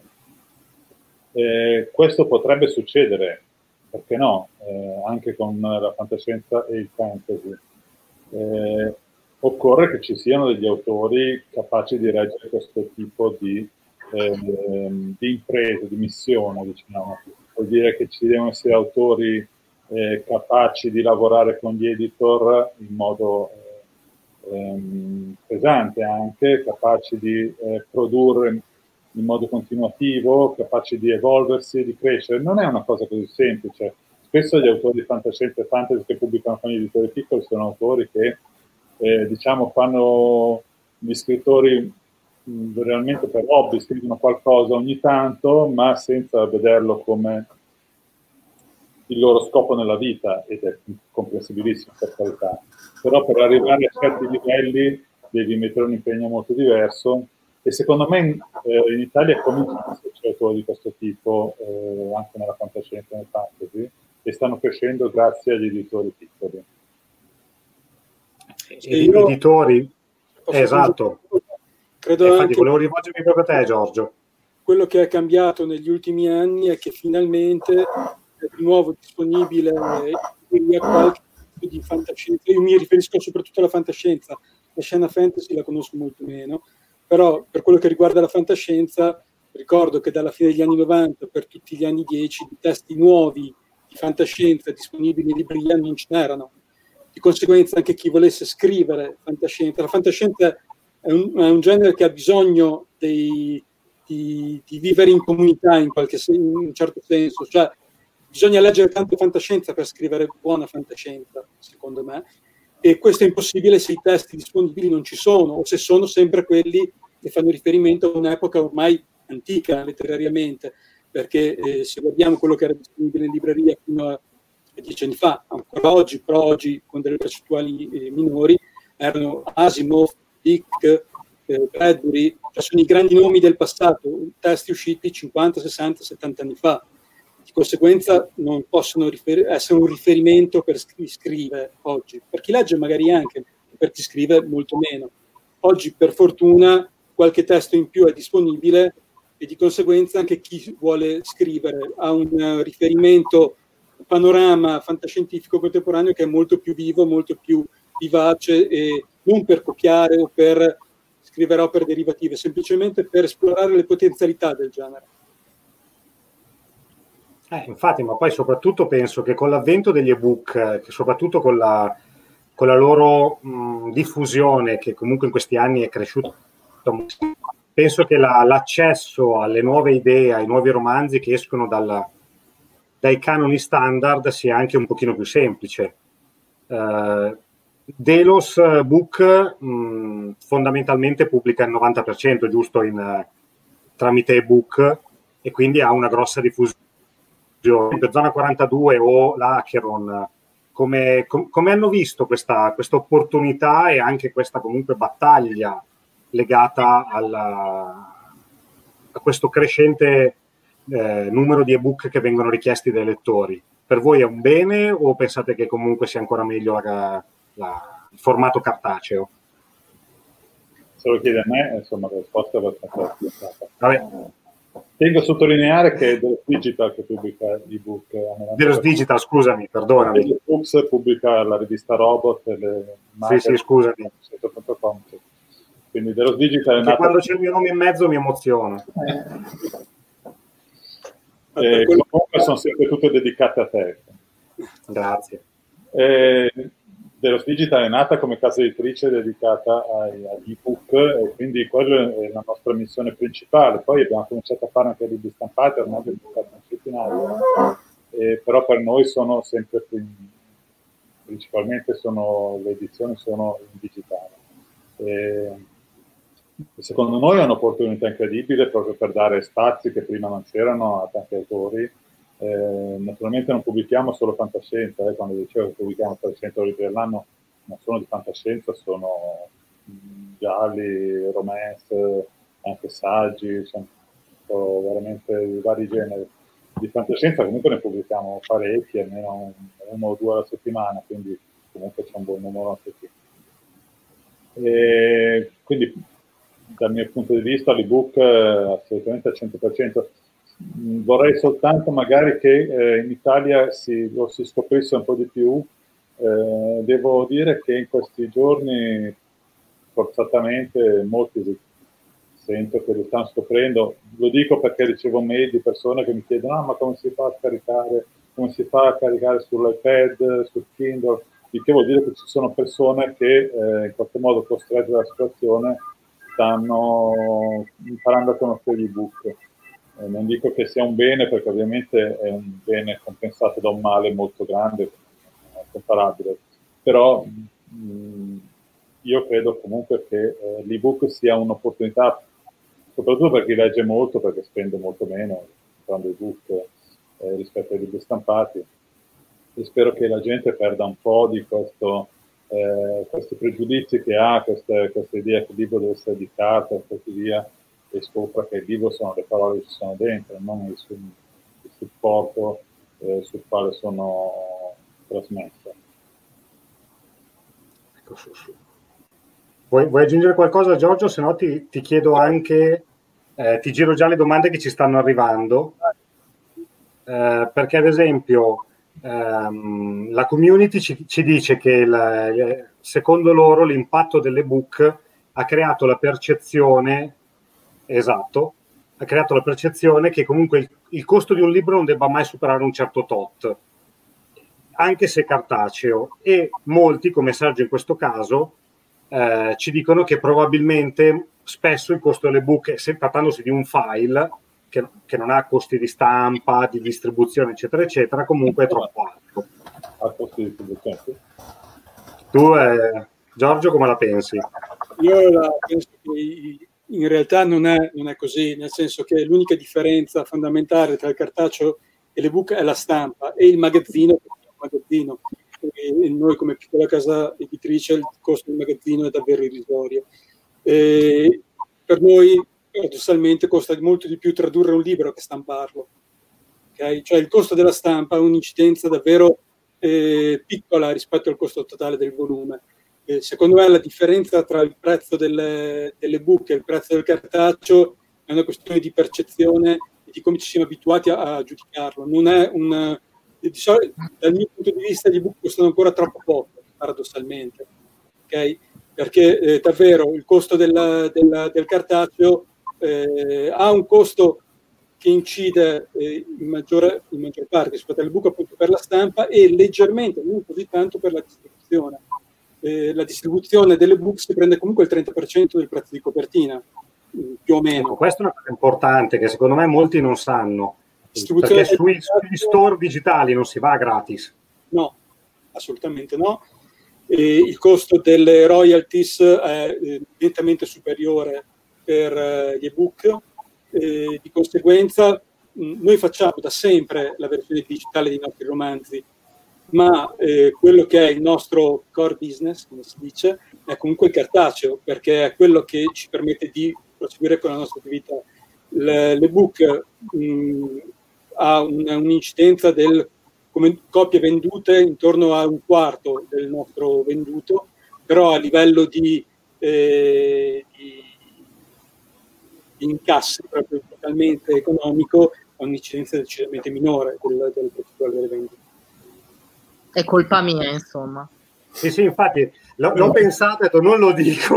Eh, questo potrebbe succedere, perché no, eh, anche con la fantascienza e il fantasy. Eh, occorre che ci siano degli autori capaci di reggere questo tipo di, eh, di impresa, di missione, diciamo. Vuol dire che ci devono essere autori eh, capaci di lavorare con gli editor in modo eh, ehm, pesante anche, capaci di eh, produrre in modo continuativo, capaci di evolversi e di crescere. Non è una cosa così semplice. Spesso gli autori di fantascienza e fantasy che pubblicano con gli editori piccoli sono autori che eh, diciamo fanno gli scrittori mh, realmente per hobby, scrivono qualcosa ogni tanto, ma senza vederlo come il loro scopo nella vita, ed è comprensibilissimo per carità. Però per arrivare a certi livelli devi mettere un impegno molto diverso. E secondo me eh, in Italia cominciano ad esserci autori di questo tipo eh, anche nella fantascienza e nel fantasy e stanno crescendo grazie agli editori piccoli. Ed io, editori, eh, esatto. Credo eh, infatti anche volevo rivolgermi proprio a te, Giorgio. Quello che è cambiato negli ultimi anni è che finalmente è di nuovo disponibile qualche tipo di fantascienza. Io mi riferisco soprattutto alla fantascienza, la scena fantasy la conosco molto meno. Però per quello che riguarda la fantascienza, ricordo che dalla fine degli anni novanta per tutti gli anni dieci di testi nuovi di fantascienza disponibili in libreria non ce n'erano. Di conseguenza anche chi volesse scrivere fantascienza, la fantascienza è un, è un genere che ha bisogno dei, di, di vivere in comunità in, qualche, in un certo senso, cioè bisogna leggere tanta fantascienza per scrivere buona fantascienza, secondo me. E questo è impossibile se i testi disponibili non ci sono, o se sono sempre quelli che fanno riferimento a un'epoca ormai antica letterariamente, perché eh, se guardiamo quello che era disponibile in libreria fino a dieci anni fa, ancora oggi, però oggi con delle percentuali eh, minori, erano Asimov, Dick, eh, Bradbury, cioè sono i grandi nomi del passato, testi usciti cinquanta, sessanta, settanta anni fa. Di conseguenza non possono rifer- essere un riferimento per chi scrive oggi. Per chi legge magari anche, per chi scrive molto meno. Oggi per fortuna qualche testo in più è disponibile e di conseguenza anche chi vuole scrivere ha un riferimento, un panorama fantascientifico contemporaneo che è molto più vivo, molto più vivace, e non per copiare o per scrivere opere derivative, semplicemente per esplorare le potenzialità del genere. Eh, infatti, ma poi soprattutto penso che con l'avvento degli ebook, che soprattutto con la, con la loro mh, diffusione, che comunque in questi anni è cresciuta, penso che la, l'accesso alle nuove idee, ai nuovi romanzi che escono dalla, dai canoni standard sia anche un pochino più semplice. Uh, Delos Book mh, fondamentalmente pubblica il novanta per cento giusto in, uh, tramite ebook, e quindi ha una grossa diffusione. Per Zona quarantadue o l'Acheron, come, com, come hanno visto questa, questa opportunità e anche questa comunque battaglia legata alla, a questo crescente eh, numero di ebook che vengono richiesti dai lettori. Per voi è un bene o pensate che comunque sia ancora meglio la, la, il formato cartaceo? Se lo chiede a me, insomma, la risposta è abbastanza complicata. Vabbè. Tengo a sottolineare che è Delos Digital che pubblica l'ebook. Delos Digital, scusami, perdonami. Delos Books pubblica la rivista Robot e le Sì, sì, scusami. Quindi Delos Digital è nata... quando c'è il mio nome in mezzo mi emoziono. Eh. E comunque sono sempre tutte dedicate a te. Grazie. Eh, Delos Digital è nata come casa editrice dedicata ai, agli ebook e quindi quella è la nostra missione principale. Poi abbiamo cominciato a fare anche libri stampati, ormai abbiamo fatto un centinaio, eh, però per noi sono sempre più, principalmente sono, le edizioni sono in digitale. E, secondo noi è un'opportunità incredibile proprio per dare spazi che prima non c'erano a tanti autori. Eh, naturalmente non pubblichiamo solo fantascienza, eh, quando dicevo che pubblichiamo trecento libri all'anno non sono di fantascienza, sono mh, gialli, romance, anche saggi, sono veramente di vari generi. Di fantascienza comunque ne pubblichiamo parecchi, almeno uno o due alla settimana, quindi comunque c'è un buon numero anche qui. E quindi dal mio punto di vista l'ebook è assolutamente al cento per cento. Vorrei soltanto magari che eh, in Italia si, lo si scoprisse un po' di più. Eh, devo dire che in questi giorni forzatamente molti sento che lo stanno scoprendo. Lo dico perché ricevo mail di persone che mi chiedono: ah, ma come si fa a caricare, come si fa a caricare sull'iPad, sul Kindle? Il che vuol dire che ci sono persone che eh, in qualche modo costrette dalla situazione stanno imparando a conoscere gli ebook. Eh, non dico che sia un bene, perché ovviamente è un bene compensato da un male molto grande, non è comparabile, però mh, io credo comunque che eh, l'ebook sia un'opportunità, soprattutto per chi legge molto, perché spende molto meno comprando ebook eh, rispetto ai libri stampati, e spero che la gente perda un po' di questo, eh, questi pregiudizi che ha, queste, questa idea che il libro deve essere di carta e così via, e scopra che il libro sono le parole che ci sono dentro, non il, il supporto eh, sul quale sono trasmesse. Ecco, su, su. Vuoi, vuoi aggiungere qualcosa, Giorgio? Se no ti, ti chiedo anche, eh, ti giro già le domande che ci stanno arrivando, eh, perché ad esempio ehm, la community ci, ci dice che la, secondo loro l'impatto dell'ebook ha creato la percezione Esatto, ha creato la percezione che comunque il, il costo di un libro non debba mai superare un certo tot, anche se cartaceo, e molti, come Sergio in questo caso, eh, ci dicono che probabilmente spesso il costo dell'ebook, se trattandosi di un file che, che non ha costi di stampa, di distribuzione, eccetera, eccetera, comunque è troppo alto. Ha costi di distribuzione. Tu, eh, Giorgio, come la pensi? Io la penso che in realtà non è, non è così, nel senso che l'unica differenza fondamentale tra il cartaceo e l'ebook è la stampa e il magazzino, il magazzino. E noi come piccola casa editrice il costo del magazzino è davvero irrisorio. E per noi paradossalmente costa molto di più tradurre un libro che stamparlo. Okay? Cioè il costo della stampa ha un'incidenza davvero eh, piccola rispetto al costo totale del volume. Eh, secondo me la differenza tra il prezzo delle, dell'ebook e il prezzo del cartaceo è una questione di percezione e di come ci siamo abituati a, a giudicarlo. Non è un, di solito, dal mio punto di vista gli ebook costano ancora troppo poco, paradossalmente, okay? Perché eh, davvero il costo del, del, del cartaceo eh, ha un costo che incide eh, in, maggiore, in maggior parte rispetto all'ebook appunto per la stampa e leggermente, non così tanto per la distribuzione. Eh, la distribuzione delle book si prende comunque il trenta per cento del prezzo di copertina, più o meno. Ecco, questa è una cosa importante che secondo me molti non sanno, perché sui, sugli store digitali non si va gratis. No, assolutamente no. E il costo delle royalties è eh, nettamente superiore per eh, gli ebook, e di conseguenza mh, noi facciamo da sempre la versione digitale dei nostri romanzi, ma eh, quello che è il nostro core business, come si dice, è comunque il cartaceo, perché è quello che ci permette di proseguire con la nostra attività l- l'ebook mh, ha un- un'incidenza del, come copie vendute intorno a un quarto del nostro venduto, però a livello di, eh, di, di incassi proprio totalmente economico ha un'incidenza decisamente minore del, del percentuale delle vendite. È colpa mia, insomma. Sì, sì, infatti l'ho, l'ho pensato e ho detto non lo dico.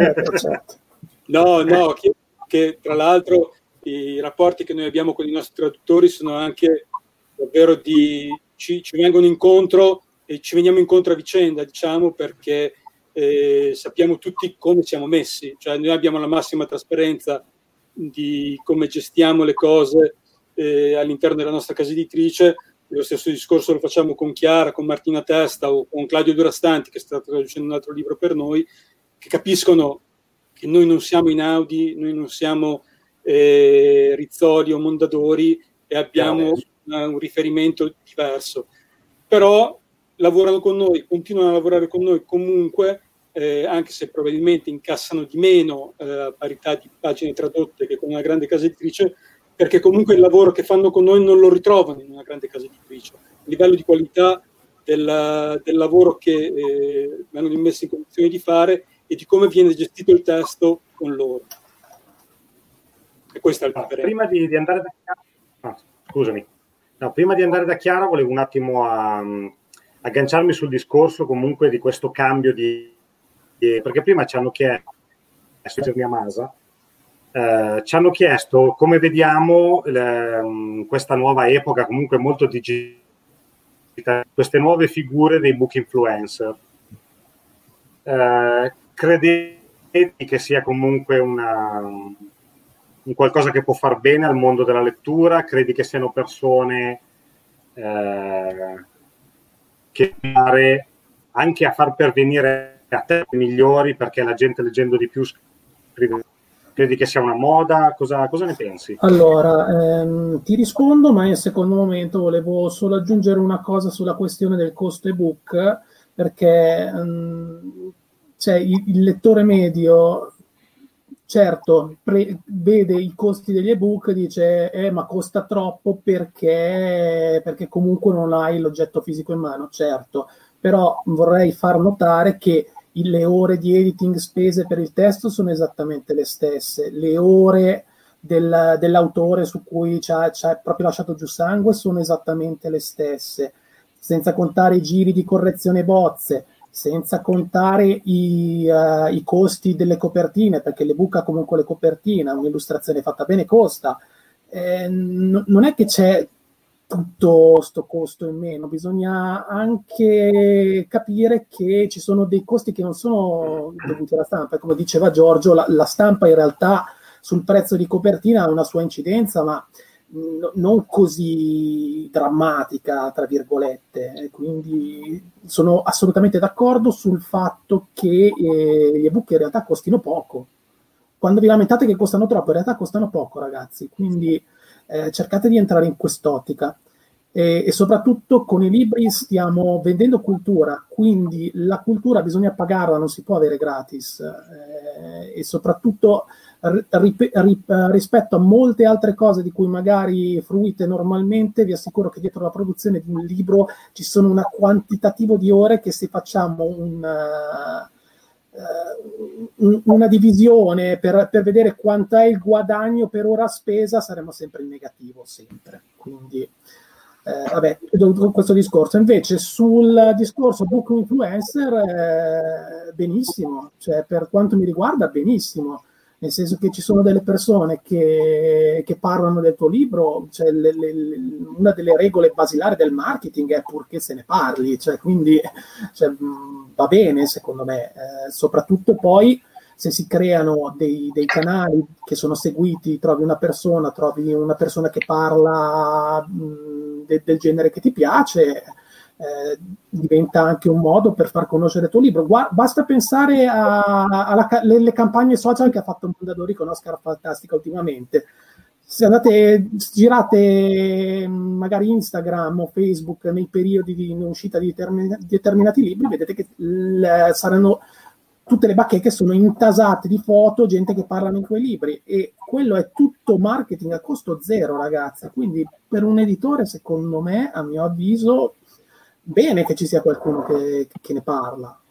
No, no, che, che tra l'altro i rapporti che noi abbiamo con i nostri traduttori sono anche davvero di ci, ci vengono incontro e ci veniamo incontro a vicenda, diciamo, perché eh, sappiamo tutti come siamo messi, cioè noi abbiamo la massima trasparenza di come gestiamo le cose eh, all'interno della nostra casa editrice. Lo stesso discorso lo facciamo con Chiara, con Martina Testa o con Claudio Durastanti, che sta traducendo un altro libro per noi, che capiscono che noi non siamo Inaudi, noi non siamo eh, Rizzoli o Mondadori e abbiamo una, un riferimento diverso. Però lavorano con noi, continuano a lavorare con noi comunque, eh, anche se probabilmente incassano di meno eh, a parità di pagine tradotte che con una grande casa editrice, perché comunque il lavoro che fanno con noi non lo ritrovano in una grande casa editrice. Il livello di qualità del, del lavoro che eh, vengono messi in condizioni di fare e di come viene gestito il testo con loro. E questa è il differenza. Prima di, di andare da Chiara, ah, scusami, no, prima di andare da Chiara volevo un attimo a, agganciarmi sul discorso comunque di questo cambio di, di perché prima ci hanno chiesto mia Masa, eh, ci hanno chiesto come vediamo le, questa nuova epoca comunque molto digitale, queste nuove figure dei book influencer. Eh, credete che sia comunque una, un qualcosa che può far bene al mondo della lettura? Credi che siano persone eh, che fare anche a far pervenire a te migliori perché la gente leggendo di più scrive? Credi che sia una moda? Cosa, cosa ne pensi? Allora, ehm, ti rispondo, ma in secondo momento volevo solo aggiungere una cosa sulla questione del costo ebook, perché um, cioè, il, il lettore medio, certo, pre- vede i costi degli ebook e dice eh, ma costa troppo perché, perché comunque non hai l'oggetto fisico in mano, certo, però vorrei far notare che le ore di editing spese per il testo sono esattamente le stesse, le ore del, dell'autore su cui ci ha, ci ha proprio lasciato giù sangue sono esattamente le stesse, senza contare i giri di correzione bozze, senza contare i, uh, i costi delle copertine, perché l'ebook ha comunque le copertine, un'illustrazione fatta bene costa, eh, n- non è che c'è tutto sto costo in meno, bisogna anche capire che ci sono dei costi che non sono dovuti alla stampa, come diceva Giorgio, la, la stampa in realtà sul prezzo di copertina ha una sua incidenza, ma n- non così drammatica, tra virgolette, quindi sono assolutamente d'accordo sul fatto che eh, gli ebook in realtà costino poco. Quando vi lamentate che costano troppo, in realtà costano poco, ragazzi, quindi Eh, cercate di entrare in quest'ottica e, e soprattutto con i libri stiamo vendendo cultura, quindi la cultura bisogna pagarla, non si può avere gratis eh, e soprattutto ri, ri, ri, rispetto a molte altre cose di cui magari fruite normalmente, vi assicuro che dietro la produzione di un libro ci sono una quantitativo di ore che se facciamo un uh, una divisione per, per vedere quanto è il guadagno per ora spesa, saremo sempre in negativo, sempre. Quindi eh, vabbè, con questo discorso. Invece sul discorso book influencer eh, benissimo, cioè per quanto mi riguarda benissimo, nel senso che ci sono delle persone che, che parlano del tuo libro, cioè le, le, una delle regole basilari del marketing è purché se ne parli, cioè quindi cioè, va bene secondo me, eh, soprattutto poi se si creano dei, dei canali che sono seguiti, trovi una persona, trovi una persona che parla mh, de, del genere che ti piace, eh, diventa anche un modo per far conoscere il tuo libro. Guarda, basta pensare alle campagne social che ha fatto Mondadori con Oscar Fantastica ultimamente. Se andate, girate magari Instagram o Facebook nei periodi di uscita di, determin- di determinati libri, vedete che l- saranno tutte le bacheche sono intasate di foto, gente che parlano in quei libri, e quello è tutto marketing a costo zero, ragazzi. Quindi per un editore, secondo me, a mio avviso, bene che ci sia qualcuno che, che ne parla.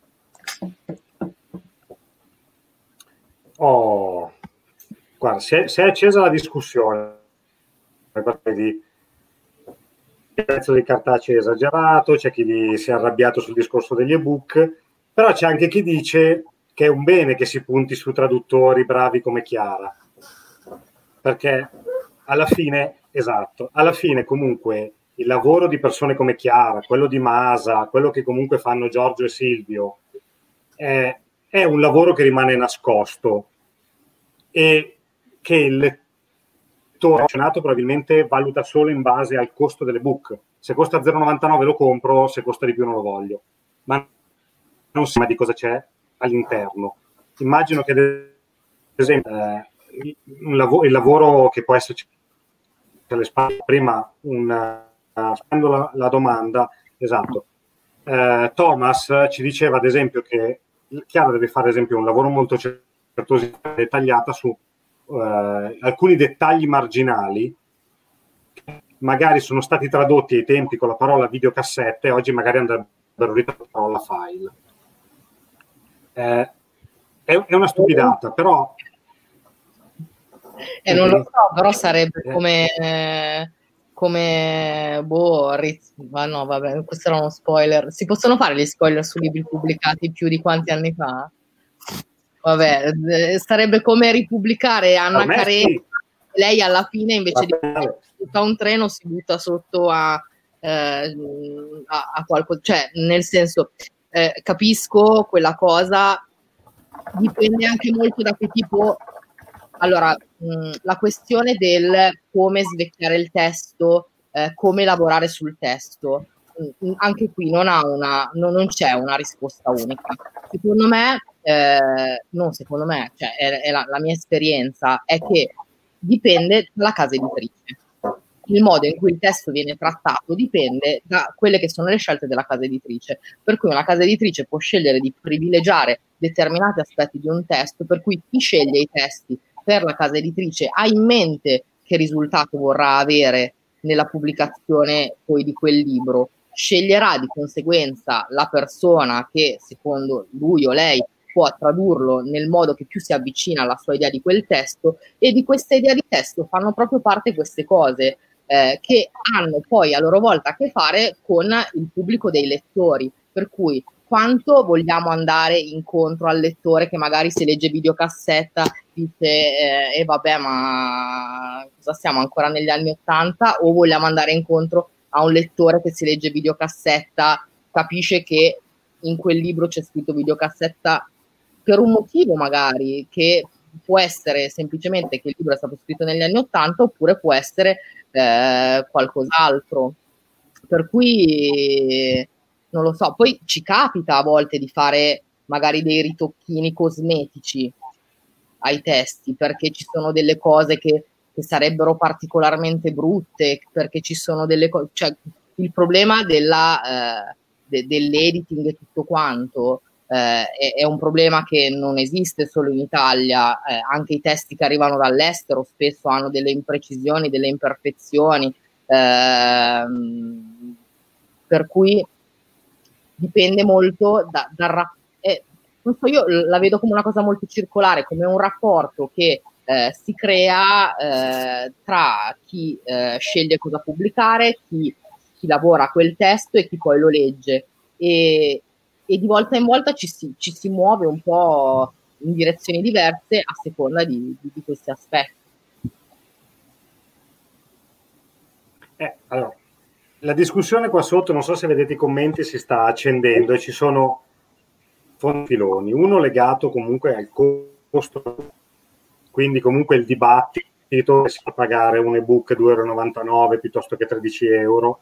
Oh, guarda, si è, si è accesa la discussione di il prezzo dei cartacei è esagerato, c'è chi si è arrabbiato sul discorso degli ebook, però c'è anche chi dice che è un bene che si punti su traduttori bravi come Chiara, perché alla fine, esatto, alla fine comunque il lavoro di persone come Chiara, quello di Masa, quello che comunque fanno Giorgio e Silvio, è, è un lavoro che rimane nascosto e che il lettore probabilmente valuta solo in base al costo dell'ebook. Se costa zero virgola novantanove lo compro, se costa di più non lo voglio. Ma non si sa di cosa c'è all'interno. Immagino che, ad esempio, eh, un lav- il lavoro che può esserci alle spalle, prima un, uh, spendo la, la domanda, esatto. Eh, Thomas ci diceva, ad esempio, che Chiara deve fare, ad esempio, un lavoro molto certoso e dettagliato su Uh, alcuni dettagli marginali che magari sono stati tradotti ai tempi con la parola videocassette e oggi magari andrebbero ritradotti con la parola file. Eh, è, è una stupidata, però eh, non lo so, però sarebbe come eh, come boh, Riz- ma no, vabbè, questo era uno spoiler. Si possono fare gli spoiler su libri pubblicati più di quanti anni fa? Vabbè, eh, sarebbe come ripubblicare Anna Karenina, sì. Lei alla fine invece di butta un treno si butta sotto a, eh, a, a qualcosa, cioè nel senso eh, capisco quella cosa, dipende anche molto da che tipo. Allora, mh, la questione del come svecchiare il testo, eh, come lavorare sul testo, mh, anche qui non ha una, non, non c'è una risposta unica. Secondo me Eh, non secondo me, cioè è, è la, la mia esperienza è che dipende dalla casa editrice. Il modo in cui il testo viene trattato dipende da quelle che sono le scelte della casa editrice, per cui una casa editrice può scegliere di privilegiare determinati aspetti di un testo, per cui chi sceglie i testi per la casa editrice ha in mente che risultato vorrà avere nella pubblicazione poi di quel libro, sceglierà di conseguenza la persona che secondo lui o lei può tradurlo nel modo che più si avvicina alla sua idea di quel testo, e di questa idea di testo fanno proprio parte queste cose eh, che hanno poi a loro volta a che fare con il pubblico dei lettori, per cui quanto vogliamo andare incontro al lettore che magari se legge videocassetta dice e eh, eh, vabbè ma cosa siamo ancora negli anni ottanta, o vogliamo andare incontro a un lettore che si legge videocassetta, capisce che in quel libro c'è scritto videocassetta per un motivo magari, che può essere semplicemente che il libro è stato scritto negli anni ottanta, oppure può essere eh, qualcos'altro. Per cui non lo so, poi ci capita a volte di fare magari dei ritocchini cosmetici ai testi, perché ci sono delle cose che, che sarebbero particolarmente brutte, perché ci sono delle cose, cioè il problema della, eh, de, dell'editing e tutto quanto eh, è, è un problema che non esiste solo in Italia, eh, anche i testi che arrivano dall'estero spesso hanno delle imprecisioni, delle imperfezioni, ehm, per cui dipende molto da, dal rapporto. Eh, non so, io la vedo come una cosa molto circolare, come un rapporto che eh, si crea eh, tra chi eh, sceglie cosa pubblicare, chi, chi lavora quel testo e chi poi lo legge, e, e di volta in volta ci si, ci si muove un po' in direzioni diverse a seconda di, di, di questi aspetti. Eh, allora, la discussione qua sotto, non so se vedete i commenti, si sta accendendo e ci sono filoni, uno legato comunque al costo, quindi comunque il dibattito si fa pagare un ebook due virgola novantanove piuttosto che tredici euro,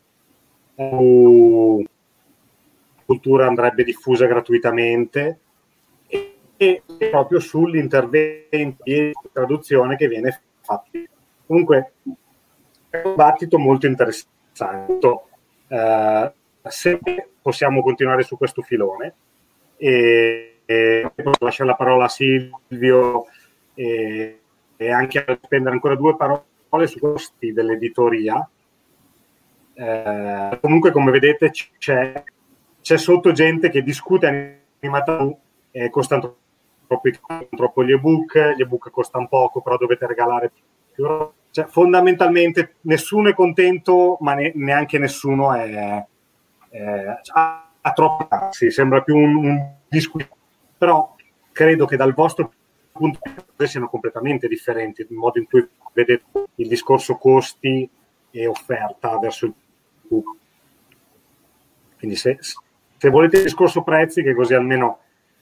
uh, cultura andrebbe diffusa gratuitamente, e, e proprio sull'intervento di traduzione che viene fatto. Comunque è un dibattito molto interessante, uh, se possiamo continuare su questo filone. E, e lascio la parola a Silvio e, e anche a spendere ancora due parole sui costi dell'editoria. Eh, comunque, come vedete, c'è, c'è sotto gente che discute animata e costano troppo, troppo gli ebook, gli ebook costano poco, però dovete regalare più. Cioè, fondamentalmente nessuno è contento, ma ne, neanche nessuno è, è ha, ha troppo. Sì, sembra più un, un discorso, però credo che dal vostro punto di vista siano completamente differenti il modo in cui vedete il discorso costi e offerta verso il pubblico. Quindi se, se volete il discorso prezzi, che così almeno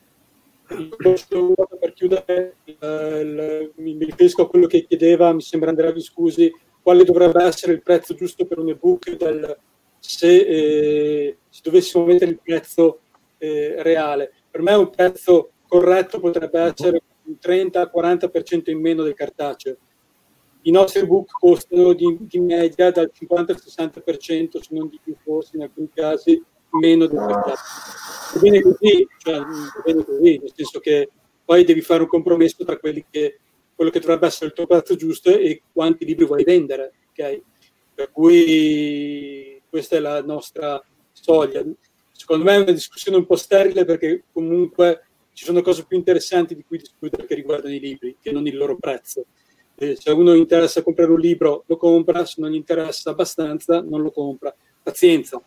per chiudere, eh, mi riferisco a quello che chiedeva, mi sembra Andrea Viscusi, quale dovrebbe essere il prezzo giusto per un ebook del, se, eh, se dovessimo mettere il prezzo eh, reale. Per me un prezzo corretto potrebbe essere un trenta quaranta per cento in meno del cartaceo. I nostri ebook costano di, di media dal cinquanta al sessanta per cento, se non di più, forse in alcuni casi meno del cartaceo. Va bene così, cioè, va bene così, nel senso che poi devi fare un compromesso tra quelli che, quello che dovrebbe essere il tuo prezzo giusto e quanti libri vuoi vendere, ok? Per cui questa è la nostra soglia. Secondo me è una discussione un po' sterile, perché comunque ci sono cose più interessanti di cui discutere che riguardano i libri, che non il loro prezzo. Eh, se a uno interessa comprare un libro, lo compra, se non gli interessa abbastanza, non lo compra. Pazienza.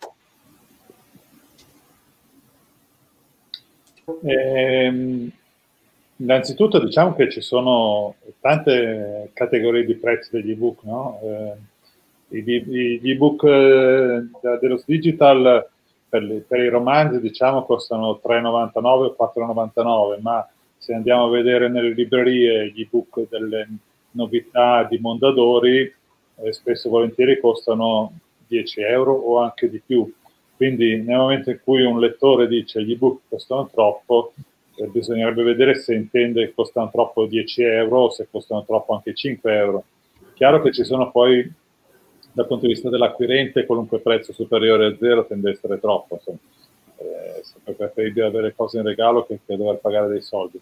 Eh, innanzitutto diciamo che ci sono tante categorie di prezzi degli ebook, no? Eh, gli ebook eh, dello digital per, li, per i romanzi, diciamo, costano tre e novantanove o quattro e novantanove, ma se andiamo a vedere nelle librerie gli ebook delle novità di Mondadori, eh, spesso e volentieri costano dieci euro o anche di più. Quindi nel momento in cui un lettore dice gli ebook costano troppo, eh, bisognerebbe vedere se intende che costano troppo dieci euro o se costano troppo anche cinque euro. Chiaro che ci sono poi, dal punto di vista dell'acquirente, qualunque prezzo superiore a zero tende a essere troppo. Insomma, eh, è sempre preferibile avere cose in regalo che, che dover pagare dei soldi.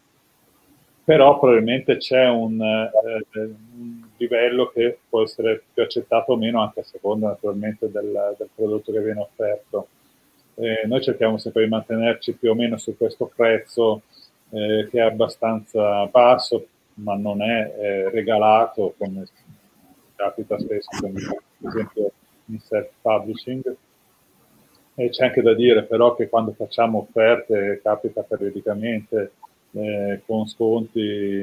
Però probabilmente c'è un, eh, un livello che può essere più accettato o meno, anche a seconda naturalmente del, del prodotto che viene offerto. Eh, noi cerchiamo sempre di mantenerci più o meno su questo prezzo eh, che è abbastanza basso, ma non è eh, regalato, come capita spesso, come ad esempio in self-publishing. E c'è anche da dire però che quando facciamo offerte, capita periodicamente, Eh, con sconti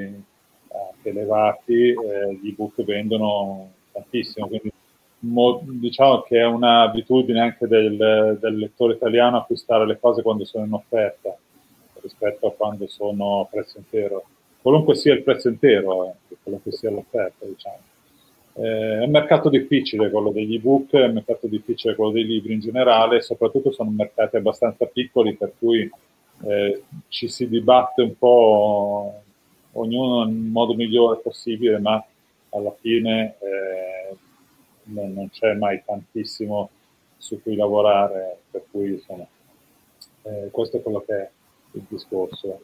anche elevati, eh, gli ebook vendono tantissimo, quindi mo, diciamo che è un'abitudine anche del, del lettore italiano acquistare le cose quando sono in offerta rispetto a quando sono a prezzo intero, qualunque sia il prezzo intero, eh, quello che sia l'offerta, diciamo. Eh, è un mercato difficile quello degli ebook, è un mercato difficile quello dei libri in generale, soprattutto sono mercati abbastanza piccoli, per cui Eh, ci si dibatte un po' ognuno nel modo migliore possibile, ma alla fine eh, non, non c'è mai tantissimo su cui lavorare, per cui insomma, eh, questo è quello che è il discorso.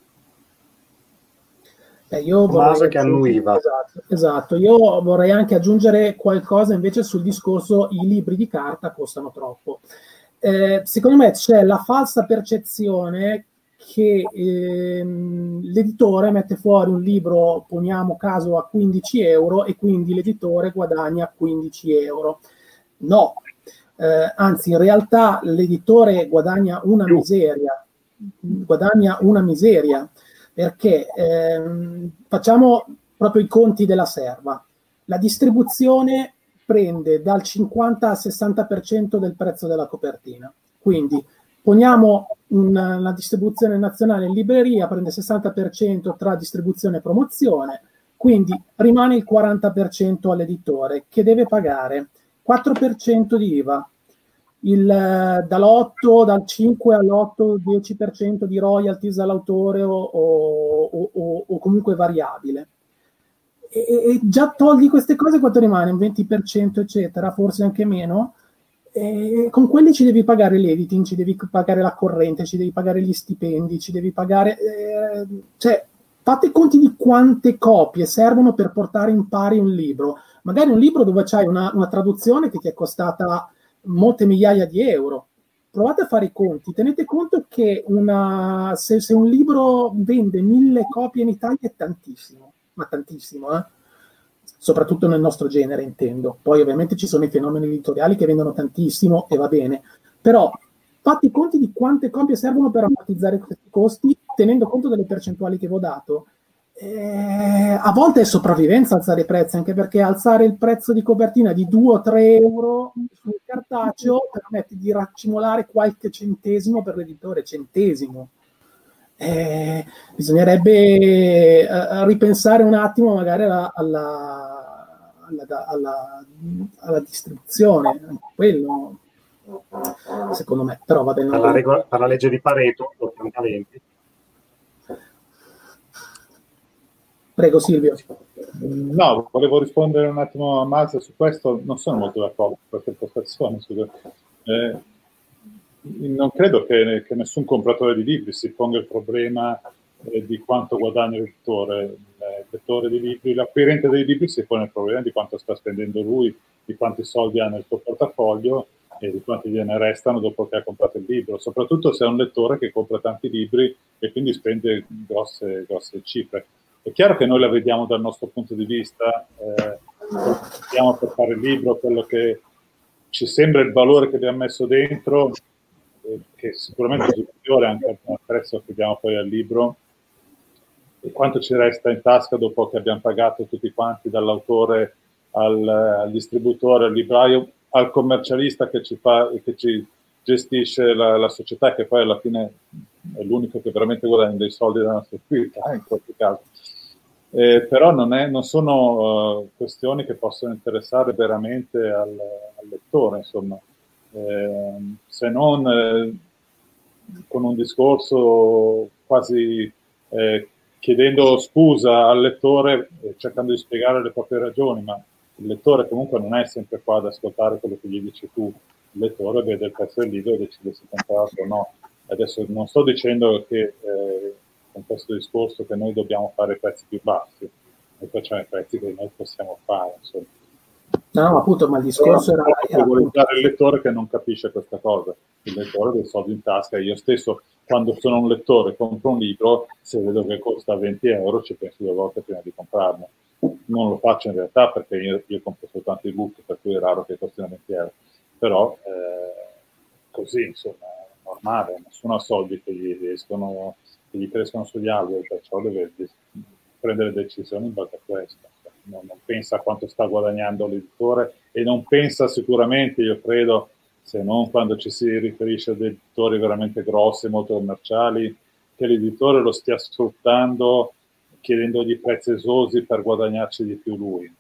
Eh, io vorrei che annuiva. Esatto, esatto, io vorrei anche aggiungere qualcosa invece sul discorso i libri di carta costano troppo. Eh, secondo me c'è la falsa percezione che ehm, l'editore mette fuori un libro, poniamo caso, a quindici euro e quindi l'editore guadagna quindici euro. No, eh, anzi in realtà l'editore guadagna una miseria, guadagna una miseria, perché ehm, facciamo proprio i conti della serva. La distribuzione prende dal cinquanta al sessanta per cento del prezzo della copertina. Quindi poniamo una, una distribuzione nazionale in libreria, prende il sessanta per cento tra distribuzione e promozione, quindi rimane il quaranta per cento all'editore, che deve pagare quattro per cento di I V A, il, dall'otto, dal cinque all'otto, dieci per cento di royalties all'autore o, o, o, o comunque variabile. E, e già togli queste cose, quanto rimane? Un venti per cento eccetera, forse anche meno. E con quelli ci devi pagare l'editing, ci devi pagare la corrente, ci devi pagare gli stipendi, ci devi pagare... Eh, cioè, fate i conti di quante copie servono per portare in pari un libro. Magari un libro dove c'hai una, una traduzione che ti è costata molte migliaia di euro. Provate a fare i conti. Tenete conto che una, se, se un libro vende mille copie in Italia è tantissimo, ma tantissimo, eh? Soprattutto nel nostro genere, intendo. Poi ovviamente ci sono i fenomeni editoriali che vendono tantissimo e va bene, però fate i conti di quante copie servono per ammortizzare questi costi, tenendo conto delle percentuali che vi ho dato. Eh, a volte è sopravvivenza alzare i prezzi, anche perché alzare il prezzo di copertina di due o tre euro sul cartaceo permette di raccimolare qualche centesimo per l'editore, centesimo. Eh, bisognerebbe eh, ripensare un attimo magari alla, alla, alla, alla, alla distribuzione, anche quello secondo me, però va bene. Per la, regola, per la legge di Pareto, ottanta venti. Prego Silvio. No, volevo rispondere un attimo a Mazza su questo, non sono molto d'accordo con questa impostazione. Eh, non credo che, che nessun compratore di libri si ponga il problema eh, di quanto guadagna l'editore. Il lettore di libri, l'acquirente dei libri si pone il problema di quanto sta spendendo lui, di quanti soldi ha nel suo portafoglio e di quanti gliene restano dopo che ha comprato il libro, soprattutto se è un lettore che compra tanti libri e quindi spende grosse, grosse cifre. È chiaro che noi la vediamo dal nostro punto di vista, eh, vediamo per fare il libro quello che ci sembra il valore che abbiamo messo dentro, eh, che sicuramente è superiore anche al prezzo che diamo poi al libro, e quanto ci resta in tasca dopo che abbiamo pagato tutti quanti, dall'autore al, al distributore, al libraio, al commercialista che ci fa e che ci gestisce la, la società, che poi alla fine è l'unico che veramente guadagna dei soldi dalla nostra attività in qualche caso. Eh, però non, è, non sono uh, questioni che possono interessare veramente al, al lettore, insomma, eh, se non eh, con un discorso quasi eh, chiedendo scusa al lettore e cercando di spiegare le proprie ragioni, ma il lettore comunque non è sempre qua ad ascoltare quello che gli dici tu. Il lettore vede il prezzo del libro e decide se comprarlo o no. Adesso non sto dicendo che eh, con questo discorso che noi dobbiamo fare prezzi più bassi, noi facciamo i prezzi che noi possiamo fare, insomma. No, no, appunto, ma il discorso Però, era, vuole era usare il lettore che non capisce questa cosa. Il lettore ha dei soldi in tasca. Io stesso, quando sono un lettore, compro un libro, se vedo che costa venti euro, ci penso due volte prima di comprarlo. Non lo faccio in realtà perché io, io compro soltanto i book, per cui è raro che costino venti euro. Però eh, così, insomma, è normale, nessuno ha soldi che gli escono, che gli crescono sugli alberi, perciò deve prendere decisioni in base a questo. Non, non pensa a quanto sta guadagnando l'editore e non pensa sicuramente, io credo, se non quando ci si riferisce ad editori veramente grossi, molto commerciali, che l'editore lo stia sfruttando chiedendogli prezzi esosi per guadagnarci di più lui.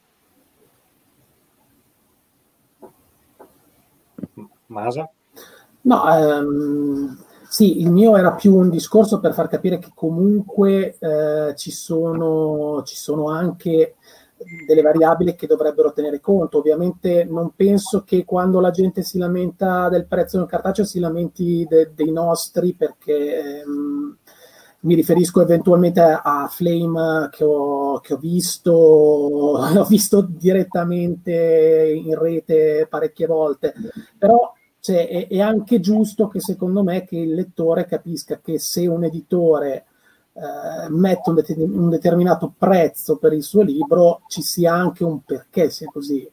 Masa? No, ehm, sì, il mio era più un discorso per far capire che comunque eh, ci sono, ci sono anche delle variabili che dovrebbero tenere conto. Ovviamente non penso che quando la gente si lamenta del prezzo del cartaceo si lamenti de- dei nostri, perché ehm, mi riferisco eventualmente a, a Flame che ho, che ho visto ho visto direttamente in rete parecchie volte, però cioè, è, è anche giusto che secondo me che il lettore capisca che se un editore eh, mette un, det- un determinato prezzo per il suo libro ci sia anche un perché sia così.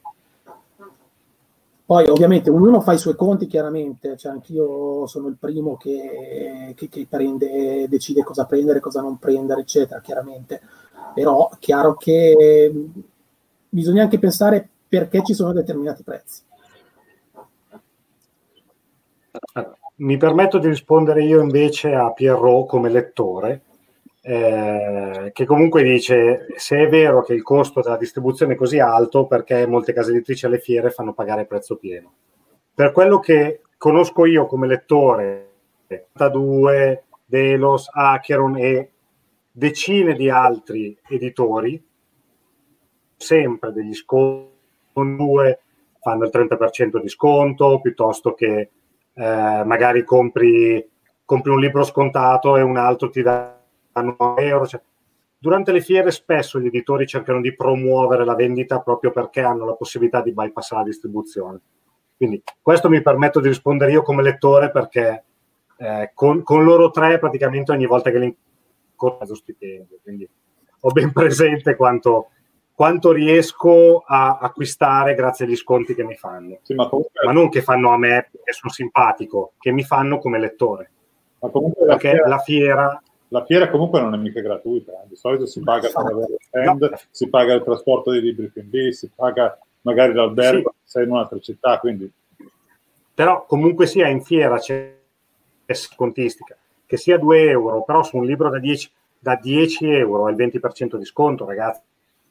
Poi ovviamente ognuno fa i suoi conti, chiaramente, cioè anch'io sono il primo che, che, che prende, decide cosa prendere, cosa non prendere, eccetera, chiaramente. Però è chiaro che bisogna anche pensare perché ci sono determinati prezzi. Mi permetto di rispondere io invece a Pierrot come lettore, eh, che comunque dice: se è vero che il costo della distribuzione è così alto, perché molte case editrici alle fiere fanno pagare prezzo pieno. Per quello che conosco io come lettore, ottantadue, Delos, Acheron e decine di altri editori, sempre degli sconti, due, fanno il trenta per cento di sconto, piuttosto che eh, magari compri, compri un libro scontato e un altro ti danno nove euro. Cioè, durante le fiere spesso gli editori cercano di promuovere la vendita proprio perché hanno la possibilità di bypassare la distribuzione. Quindi questo mi permetto di rispondere io come lettore, perché eh, con, con loro tre praticamente ogni volta che li incontro mezzo stipendio, quindi ho ben presente quanto, quanto riesco a acquistare grazie agli sconti che mi fanno. Sì, ma, comunque, ma non che fanno a me perché sono simpatico, che mi fanno come lettore. Ma comunque la perché fiera, la fiera... La fiera comunque non è mica gratuita, di solito si paga per avere lo stand, no. si paga il trasporto dei libri P and B, si paga magari l'albergo, sì. sei in un'altra città, quindi... Però comunque sia in fiera c'è scontistica, che sia due euro, però su un libro da dieci, da dieci euro è il venti per cento di sconto, ragazzi.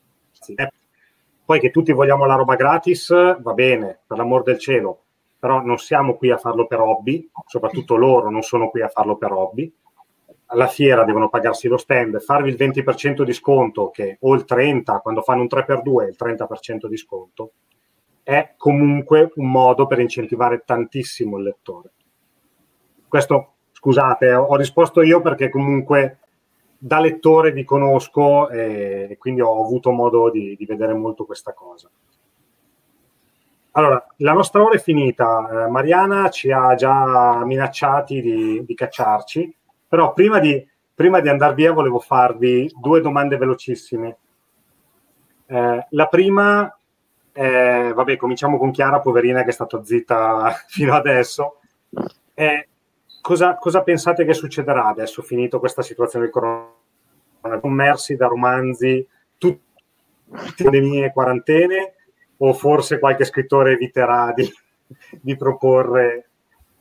Poi che tutti vogliamo la roba gratis, va bene, per l'amor del cielo, però non siamo qui a farlo per hobby, soprattutto loro non sono qui a farlo per hobby. Alla fiera devono pagarsi lo stand, farvi il venti per cento di sconto, che o il trenta, quando fanno un tre per due il trenta per cento di sconto, è comunque un modo per incentivare tantissimo il lettore. Questo, scusate, ho risposto io perché comunque da lettore vi conosco e quindi ho avuto modo di, di vedere molto questa cosa. Allora, la nostra ora è finita. Eh, Mariana ci ha già minacciati di, di cacciarci, però prima di, prima di andare via volevo farvi due domande velocissime. Eh, la prima, eh, vabbè, cominciamo con Chiara, poverina, che è stata zitta fino adesso. Eh, cosa, cosa pensate che succederà adesso, finito questa situazione del corona? Commersi da romanzi, tutte pandemie e quarantene, o forse qualche scrittore eviterà di, di proporre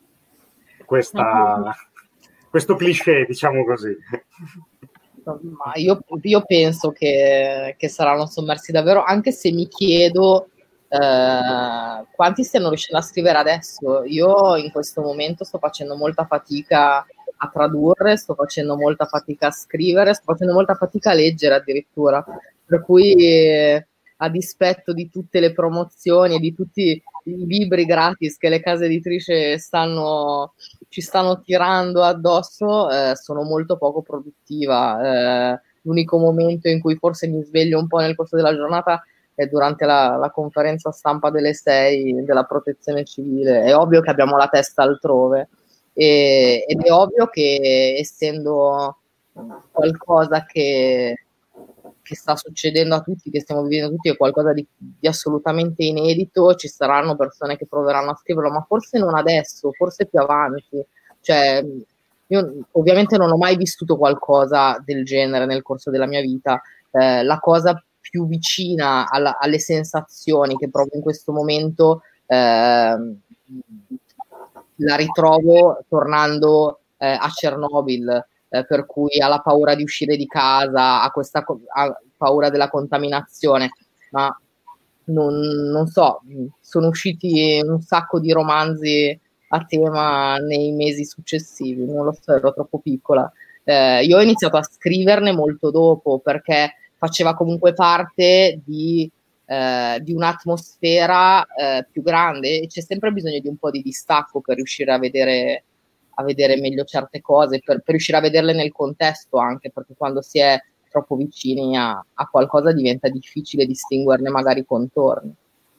questa... questo cliché, diciamo così. Ma io, io penso che, che saranno sommersi davvero, anche se mi chiedo eh, quanti stiano riuscendo a scrivere adesso. Io in questo momento sto facendo molta fatica a tradurre, sto facendo molta fatica a scrivere, sto facendo molta fatica a leggere addirittura, per cui eh, a dispetto di tutte le promozioni e di tutti i libri gratis che le case editrici stanno, ci stanno tirando addosso, eh, sono molto poco produttiva. Eh, l'unico momento in cui forse mi sveglio un po' nel corso della giornata è durante la, la conferenza stampa delle sei della protezione civile. È ovvio che abbiamo la testa altrove e, ed è ovvio che, essendo qualcosa che che sta succedendo a tutti, che stiamo vivendo tutti, è qualcosa di, di assolutamente inedito, ci saranno persone che proveranno a scriverlo, ma forse non adesso, forse più avanti. Cioè, io ovviamente non ho mai vissuto qualcosa del genere nel corso della mia vita. Eh, la cosa più vicina alla, alle sensazioni che provo in questo momento eh, la ritrovo tornando eh, a Chernobyl, Eh, per cui ha la paura di uscire di casa, ha questa co- ha paura della contaminazione, ma non, non so, sono usciti un sacco di romanzi a tema nei mesi successivi, non lo so, ero troppo piccola. Eh, io ho iniziato a scriverne molto dopo, perché faceva comunque parte di, eh, di un'atmosfera eh, più grande, e c'è sempre bisogno di un po' di distacco per riuscire a vedere a vedere meglio certe cose, per, per riuscire a vederle nel contesto, anche perché quando si è troppo vicini a, a qualcosa diventa difficile distinguerne magari i contorni.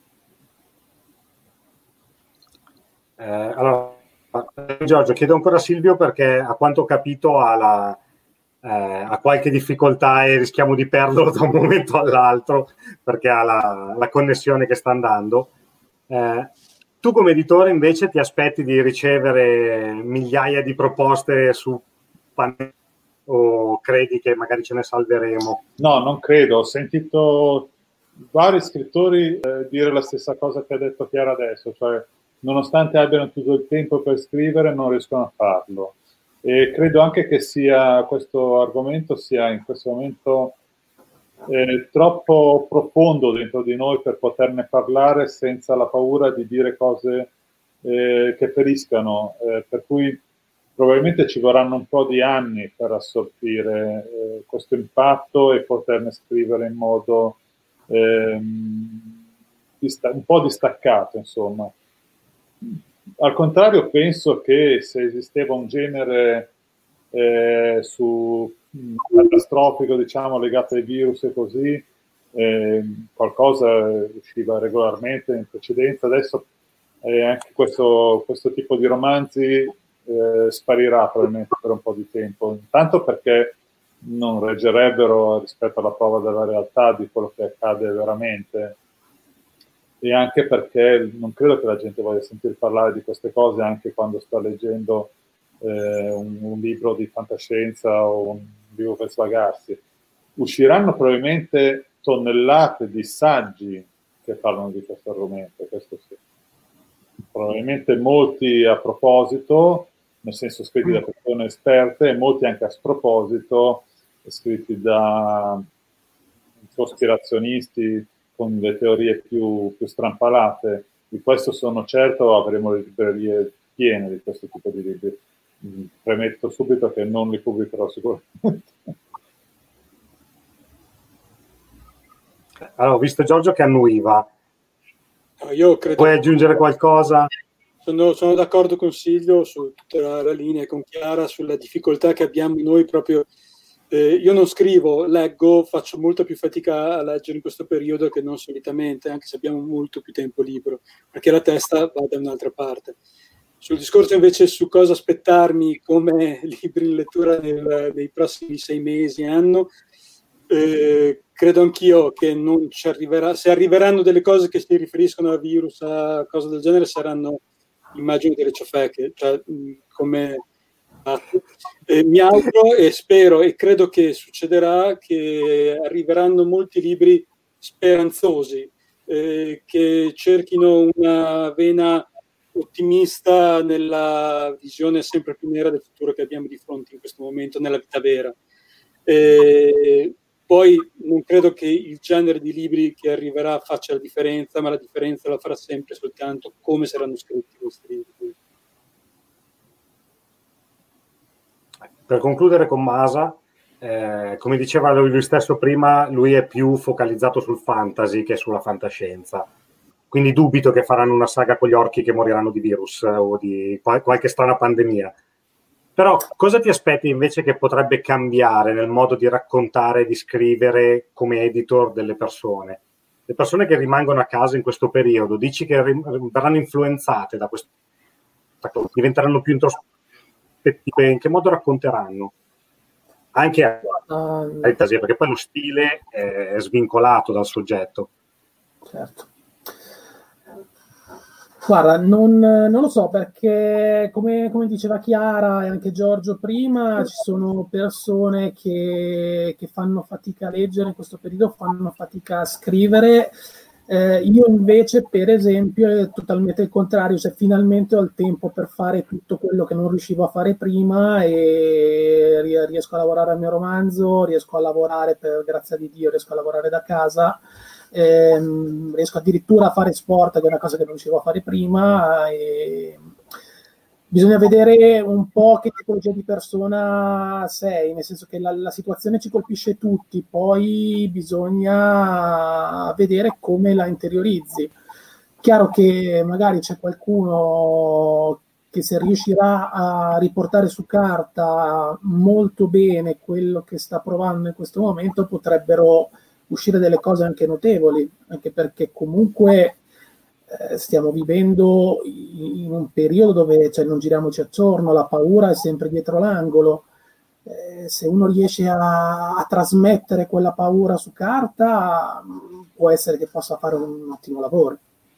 Eh, allora, Giorgio, chiedo ancora a Silvio, perché a quanto ho capito ha, la, eh, ha qualche difficoltà e rischiamo di perderlo da un momento all'altro, perché ha la, la connessione che sta andando. Eh, Tu come editore invece ti aspetti di ricevere migliaia di proposte su Pan- o credi che magari ce ne salveremo? No, non credo. Ho sentito vari scrittori eh, dire la stessa cosa che ha detto Chiara adesso, cioè nonostante abbiano tutto il tempo per scrivere non riescono a farlo. E credo anche che sia questo argomento sia in questo momento Eh, troppo profondo dentro di noi per poterne parlare senza la paura di dire cose eh, che feriscano, eh, per cui probabilmente ci vorranno un po' di anni per assorbire eh, questo impatto e poterne scrivere in modo ehm, dista- un po' distaccato, insomma. Al contrario, penso che se esisteva un genere eh, su mh, catastrofico, diciamo, legato ai virus e così, eh, qualcosa usciva regolarmente in precedenza. Adesso eh, anche questo, questo tipo di romanzi eh, sparirà probabilmente per un po' di tempo, intanto perché non reggerebbero rispetto alla prova della realtà di quello che accade veramente, e anche perché non credo che la gente voglia sentire parlare di queste cose anche quando sta leggendo eh, un, un libro di fantascienza o un libro per svagarsi. Usciranno probabilmente tonnellate di saggi che parlano di questo argomento, questo sì. Probabilmente molti a proposito, nel senso scritti da persone esperte, e molti anche a sproposito, scritti da cospirazionisti con le teorie più, più strampalate. Di questo sono certo, avremo le librerie piene di questo tipo di libri. Premetto subito che non li pubblicherò sicuramente. Allora, ho visto Giorgio che annuiva. Io credo. Puoi aggiungere qualcosa? Sono, sono d'accordo con Silvio su tutta la, la linea e con Chiara sulla difficoltà che abbiamo noi proprio. Eh, io non scrivo, leggo, faccio molta più fatica a leggere in questo periodo che non solitamente, anche se abbiamo molto più tempo libero, perché la testa va da un'altra parte. Sul discorso invece su cosa aspettarmi come libri in lettura nel, nei prossimi sei mesi, anno, eh, credo anch'io che non ci arriverà, se arriveranno delle cose che si riferiscono a virus, a cose del genere, saranno, immagino, delle ciofeche, cioè come eh, mi auguro e spero e credo che succederà che arriveranno molti libri speranzosi, eh, che cerchino una vena ottimista nella visione sempre più nera del futuro che abbiamo di fronte in questo momento nella vita vera. Eh, poi non credo che il genere di libri che arriverà faccia la differenza, ma la differenza la farà sempre soltanto come saranno scritti questi libri. Per concludere con Masa, eh, come diceva lui stesso prima, lui è più focalizzato sul fantasy che sulla fantascienza. Quindi dubito che faranno una saga con gli orchi che moriranno di virus eh, o di qual- qualche strana pandemia. Però cosa ti aspetti invece che potrebbe cambiare nel modo di raccontare e di scrivere come editor delle persone? Le persone che rimangono a casa in questo periodo, dici che rim- verranno influenzate da questo, diventeranno più introspettive, in che modo racconteranno? Anche a Uh, fantasia, perché poi lo stile è svincolato dal soggetto. certo. Guarda, non, non lo so perché, come, come diceva Chiara e anche Giorgio prima, ci sono persone che, che fanno fatica a leggere in questo periodo, fanno fatica a scrivere. Eh, io invece, per esempio, è totalmente il contrario, cioè finalmente ho il tempo per fare tutto quello che non riuscivo a fare prima e riesco a lavorare al mio romanzo, riesco a lavorare, per grazia di Dio, riesco a lavorare da casa. Ehm, riesco addirittura a fare sport, che è una cosa che non riuscivo a fare prima, e bisogna vedere un po' che tipologia di persona sei, nel senso che la, la situazione ci colpisce tutti, poi bisogna vedere come la interiorizzi. Chiaro che magari c'è qualcuno che se riuscirà a riportare su carta molto bene quello che sta provando in questo momento, potrebbero uscire delle cose anche notevoli, anche perché comunque eh, stiamo vivendo in un periodo dove, cioè, non giriamoci attorno, la paura è sempre dietro l'angolo. Eh, se uno riesce a, a trasmettere quella paura su carta, può essere che possa fare un ottimo lavoro.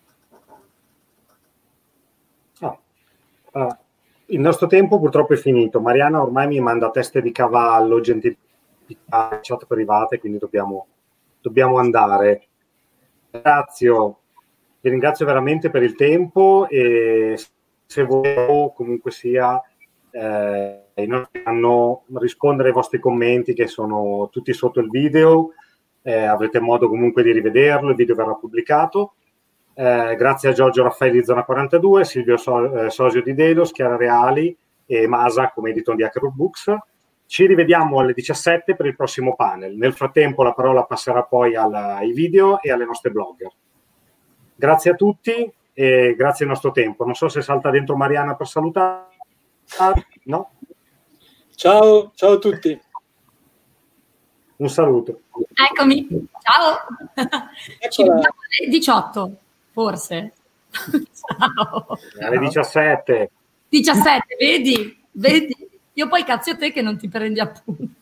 Ah. Ah. Il nostro tempo purtroppo è finito. Mariana ormai mi manda teste di cavallo, gentilità, chat private, quindi dobbiamo dobbiamo andare. Grazie, vi ringrazio veramente per il tempo e se volevo comunque sia eh, hanno rispondere ai vostri commenti che sono tutti sotto il video, eh, avrete modo comunque di rivederlo, il video verrà pubblicato. Eh, grazie a Giorgio Raffaelli di Zona quarantadue, Silvio so- eh, Sosio di Delos, Chiara Reali e Masa come editor di Hacker Books. Ci rivediamo alle diciassette per il prossimo panel. Nel frattempo la parola passerà poi alla, ai video e alle nostre blogger. grazie a tutti e grazie al nostro tempo. Non so se salta dentro Mariana per salutare. No? Ciao, ciao a tutti. Un saluto. Eccomi, ciao. Ci vediamo alle diciotto, forse. Ciao. Alle diciassette. diciassette, vedi? Vedi? Io poi cazzo a te che non ti prendi appunti.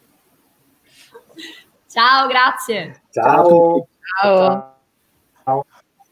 Ciao, grazie. Ciao. Ciao. Ciao.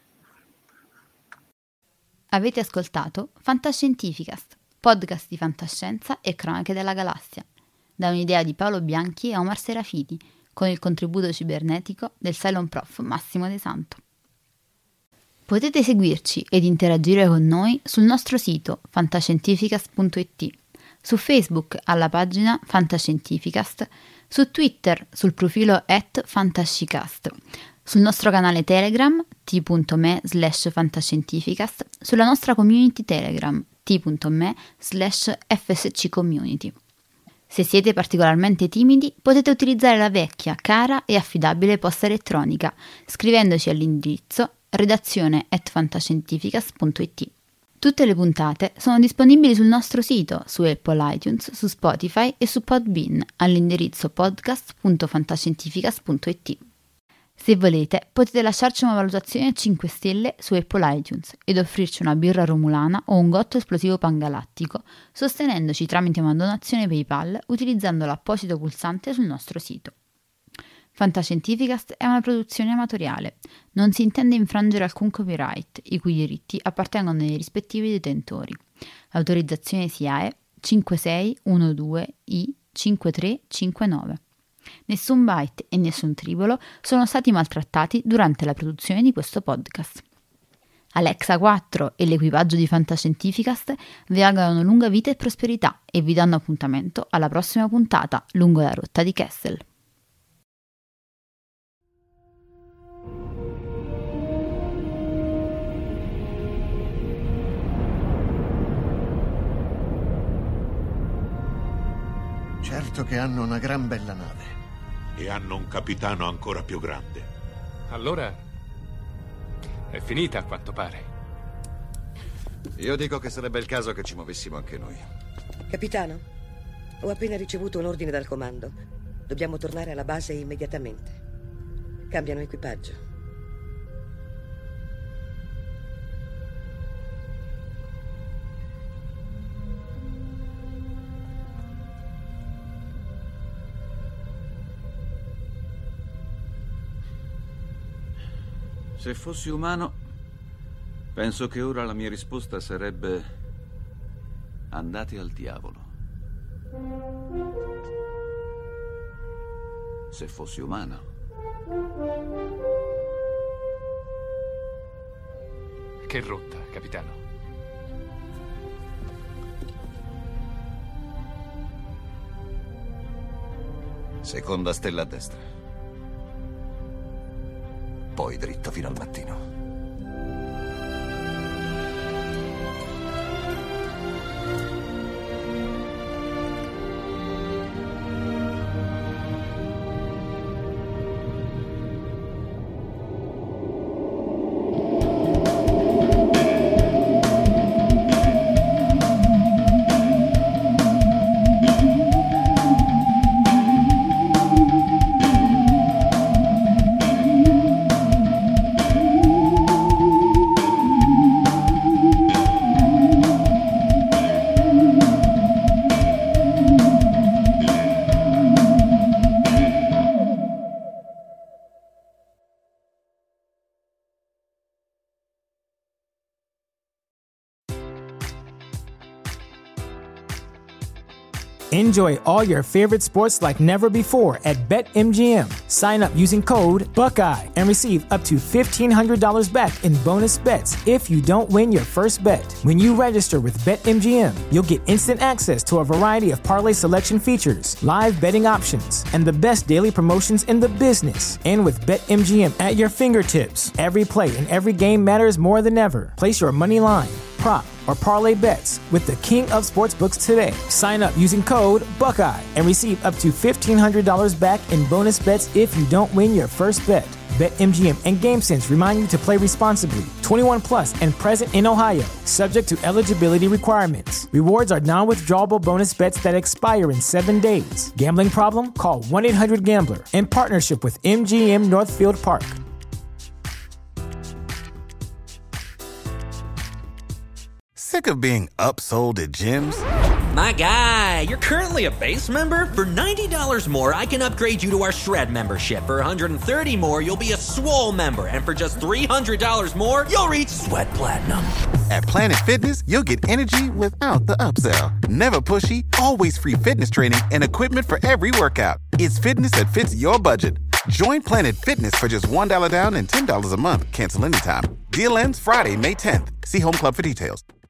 Avete ascoltato Fantascientificast, podcast di fantascienza e cronache della galassia, da un'idea di Paolo Bianchi e Omar Serafiti, con il contributo cibernetico del Cylon Prof Massimo De Santo. Potete seguirci ed interagire con noi sul nostro sito fantascientificast punto it, su Facebook alla pagina Fantascientificast, su Twitter sul profilo at fantascicast, sul nostro canale Telegram t.me slash fantascientificast, sulla nostra community Telegram t.me slash fsccommunity. Se siete particolarmente timidi, potete utilizzare la vecchia, cara e affidabile posta elettronica, scrivendoci all'indirizzo redazione at fantascientificast punto it. Tutte le puntate sono disponibili sul nostro sito, su Apple iTunes, su Spotify e su Podbean, all'indirizzo podcast punto fantascientificast punto it. Se volete, potete lasciarci una valutazione a cinque stelle su Apple iTunes ed offrirci una birra romulana o un gotto esplosivo pangalattico, sostenendoci tramite una donazione PayPal utilizzando l'apposito pulsante sul nostro sito. Fantascientificast è una produzione amatoriale, non si intende infrangere alcun copyright, i cui diritti appartengono ai rispettivi detentori. L'autorizzazione S I A E cinque sei uno due I cinque tre cinque nove. Nessun byte e nessun tribolo sono stati maltrattati durante la produzione di questo podcast. Alexa quattro e l'equipaggio di Fantascientificast vi augurano lunga vita e prosperità e vi danno appuntamento alla prossima puntata lungo la rotta di Kessel. Certo che hanno una gran bella nave. E hanno un capitano ancora più grande. Allora è finita a quanto pare. Io dico che sarebbe il caso che ci muovessimo anche noi. Capitano, ho appena ricevuto un ordine dal comando. Dobbiamo tornare alla base immediatamente. Cambiano equipaggio. Se fossi umano, penso che ora la mia risposta sarebbe: andate al diavolo. Se fossi umano. Che rotta, capitano? Seconda stella a destra. Poi dritto fino al mattino. Enjoy all your favorite sports like never before at BetMGM. Sign up using code Buckeye and receive up to fifteen hundred dollars back in bonus bets if you don't win your first bet. When you register with BetMGM, you'll get instant access to a variety of parlay selection features, live betting options, and the best daily promotions in the business. And with BetMGM at your fingertips, every play and every game matters more than ever. Place your money line, prop, or parlay bets with the king of sportsbooks today. Sign up using code Buckeye and receive up to fifteen hundred dollars back in bonus bets if you don't win your first bet. BetMGM and GameSense remind you to play responsibly. twenty-one plus and present in Ohio, subject to eligibility requirements. Rewards are non-withdrawable bonus bets that expire in seven days. Gambling problem? Call one eight hundred gambler in partnership with M G M Northfield Park. Sick of being upsold at gyms? My guy, you're currently a base member? For ninety dollars more, I can upgrade you to our Shred membership. For one hundred thirty dollars more, you'll be a Swole member. And for just three hundred dollars more, you'll reach Sweat Platinum. At Planet Fitness, you'll get energy without the upsell. Never pushy, always free fitness training and equipment for every workout. It's fitness that fits your budget. Join Planet Fitness for just one dollar down and ten dollars a month. Cancel anytime. Deal ends Friday, May tenth. See Home Club for details.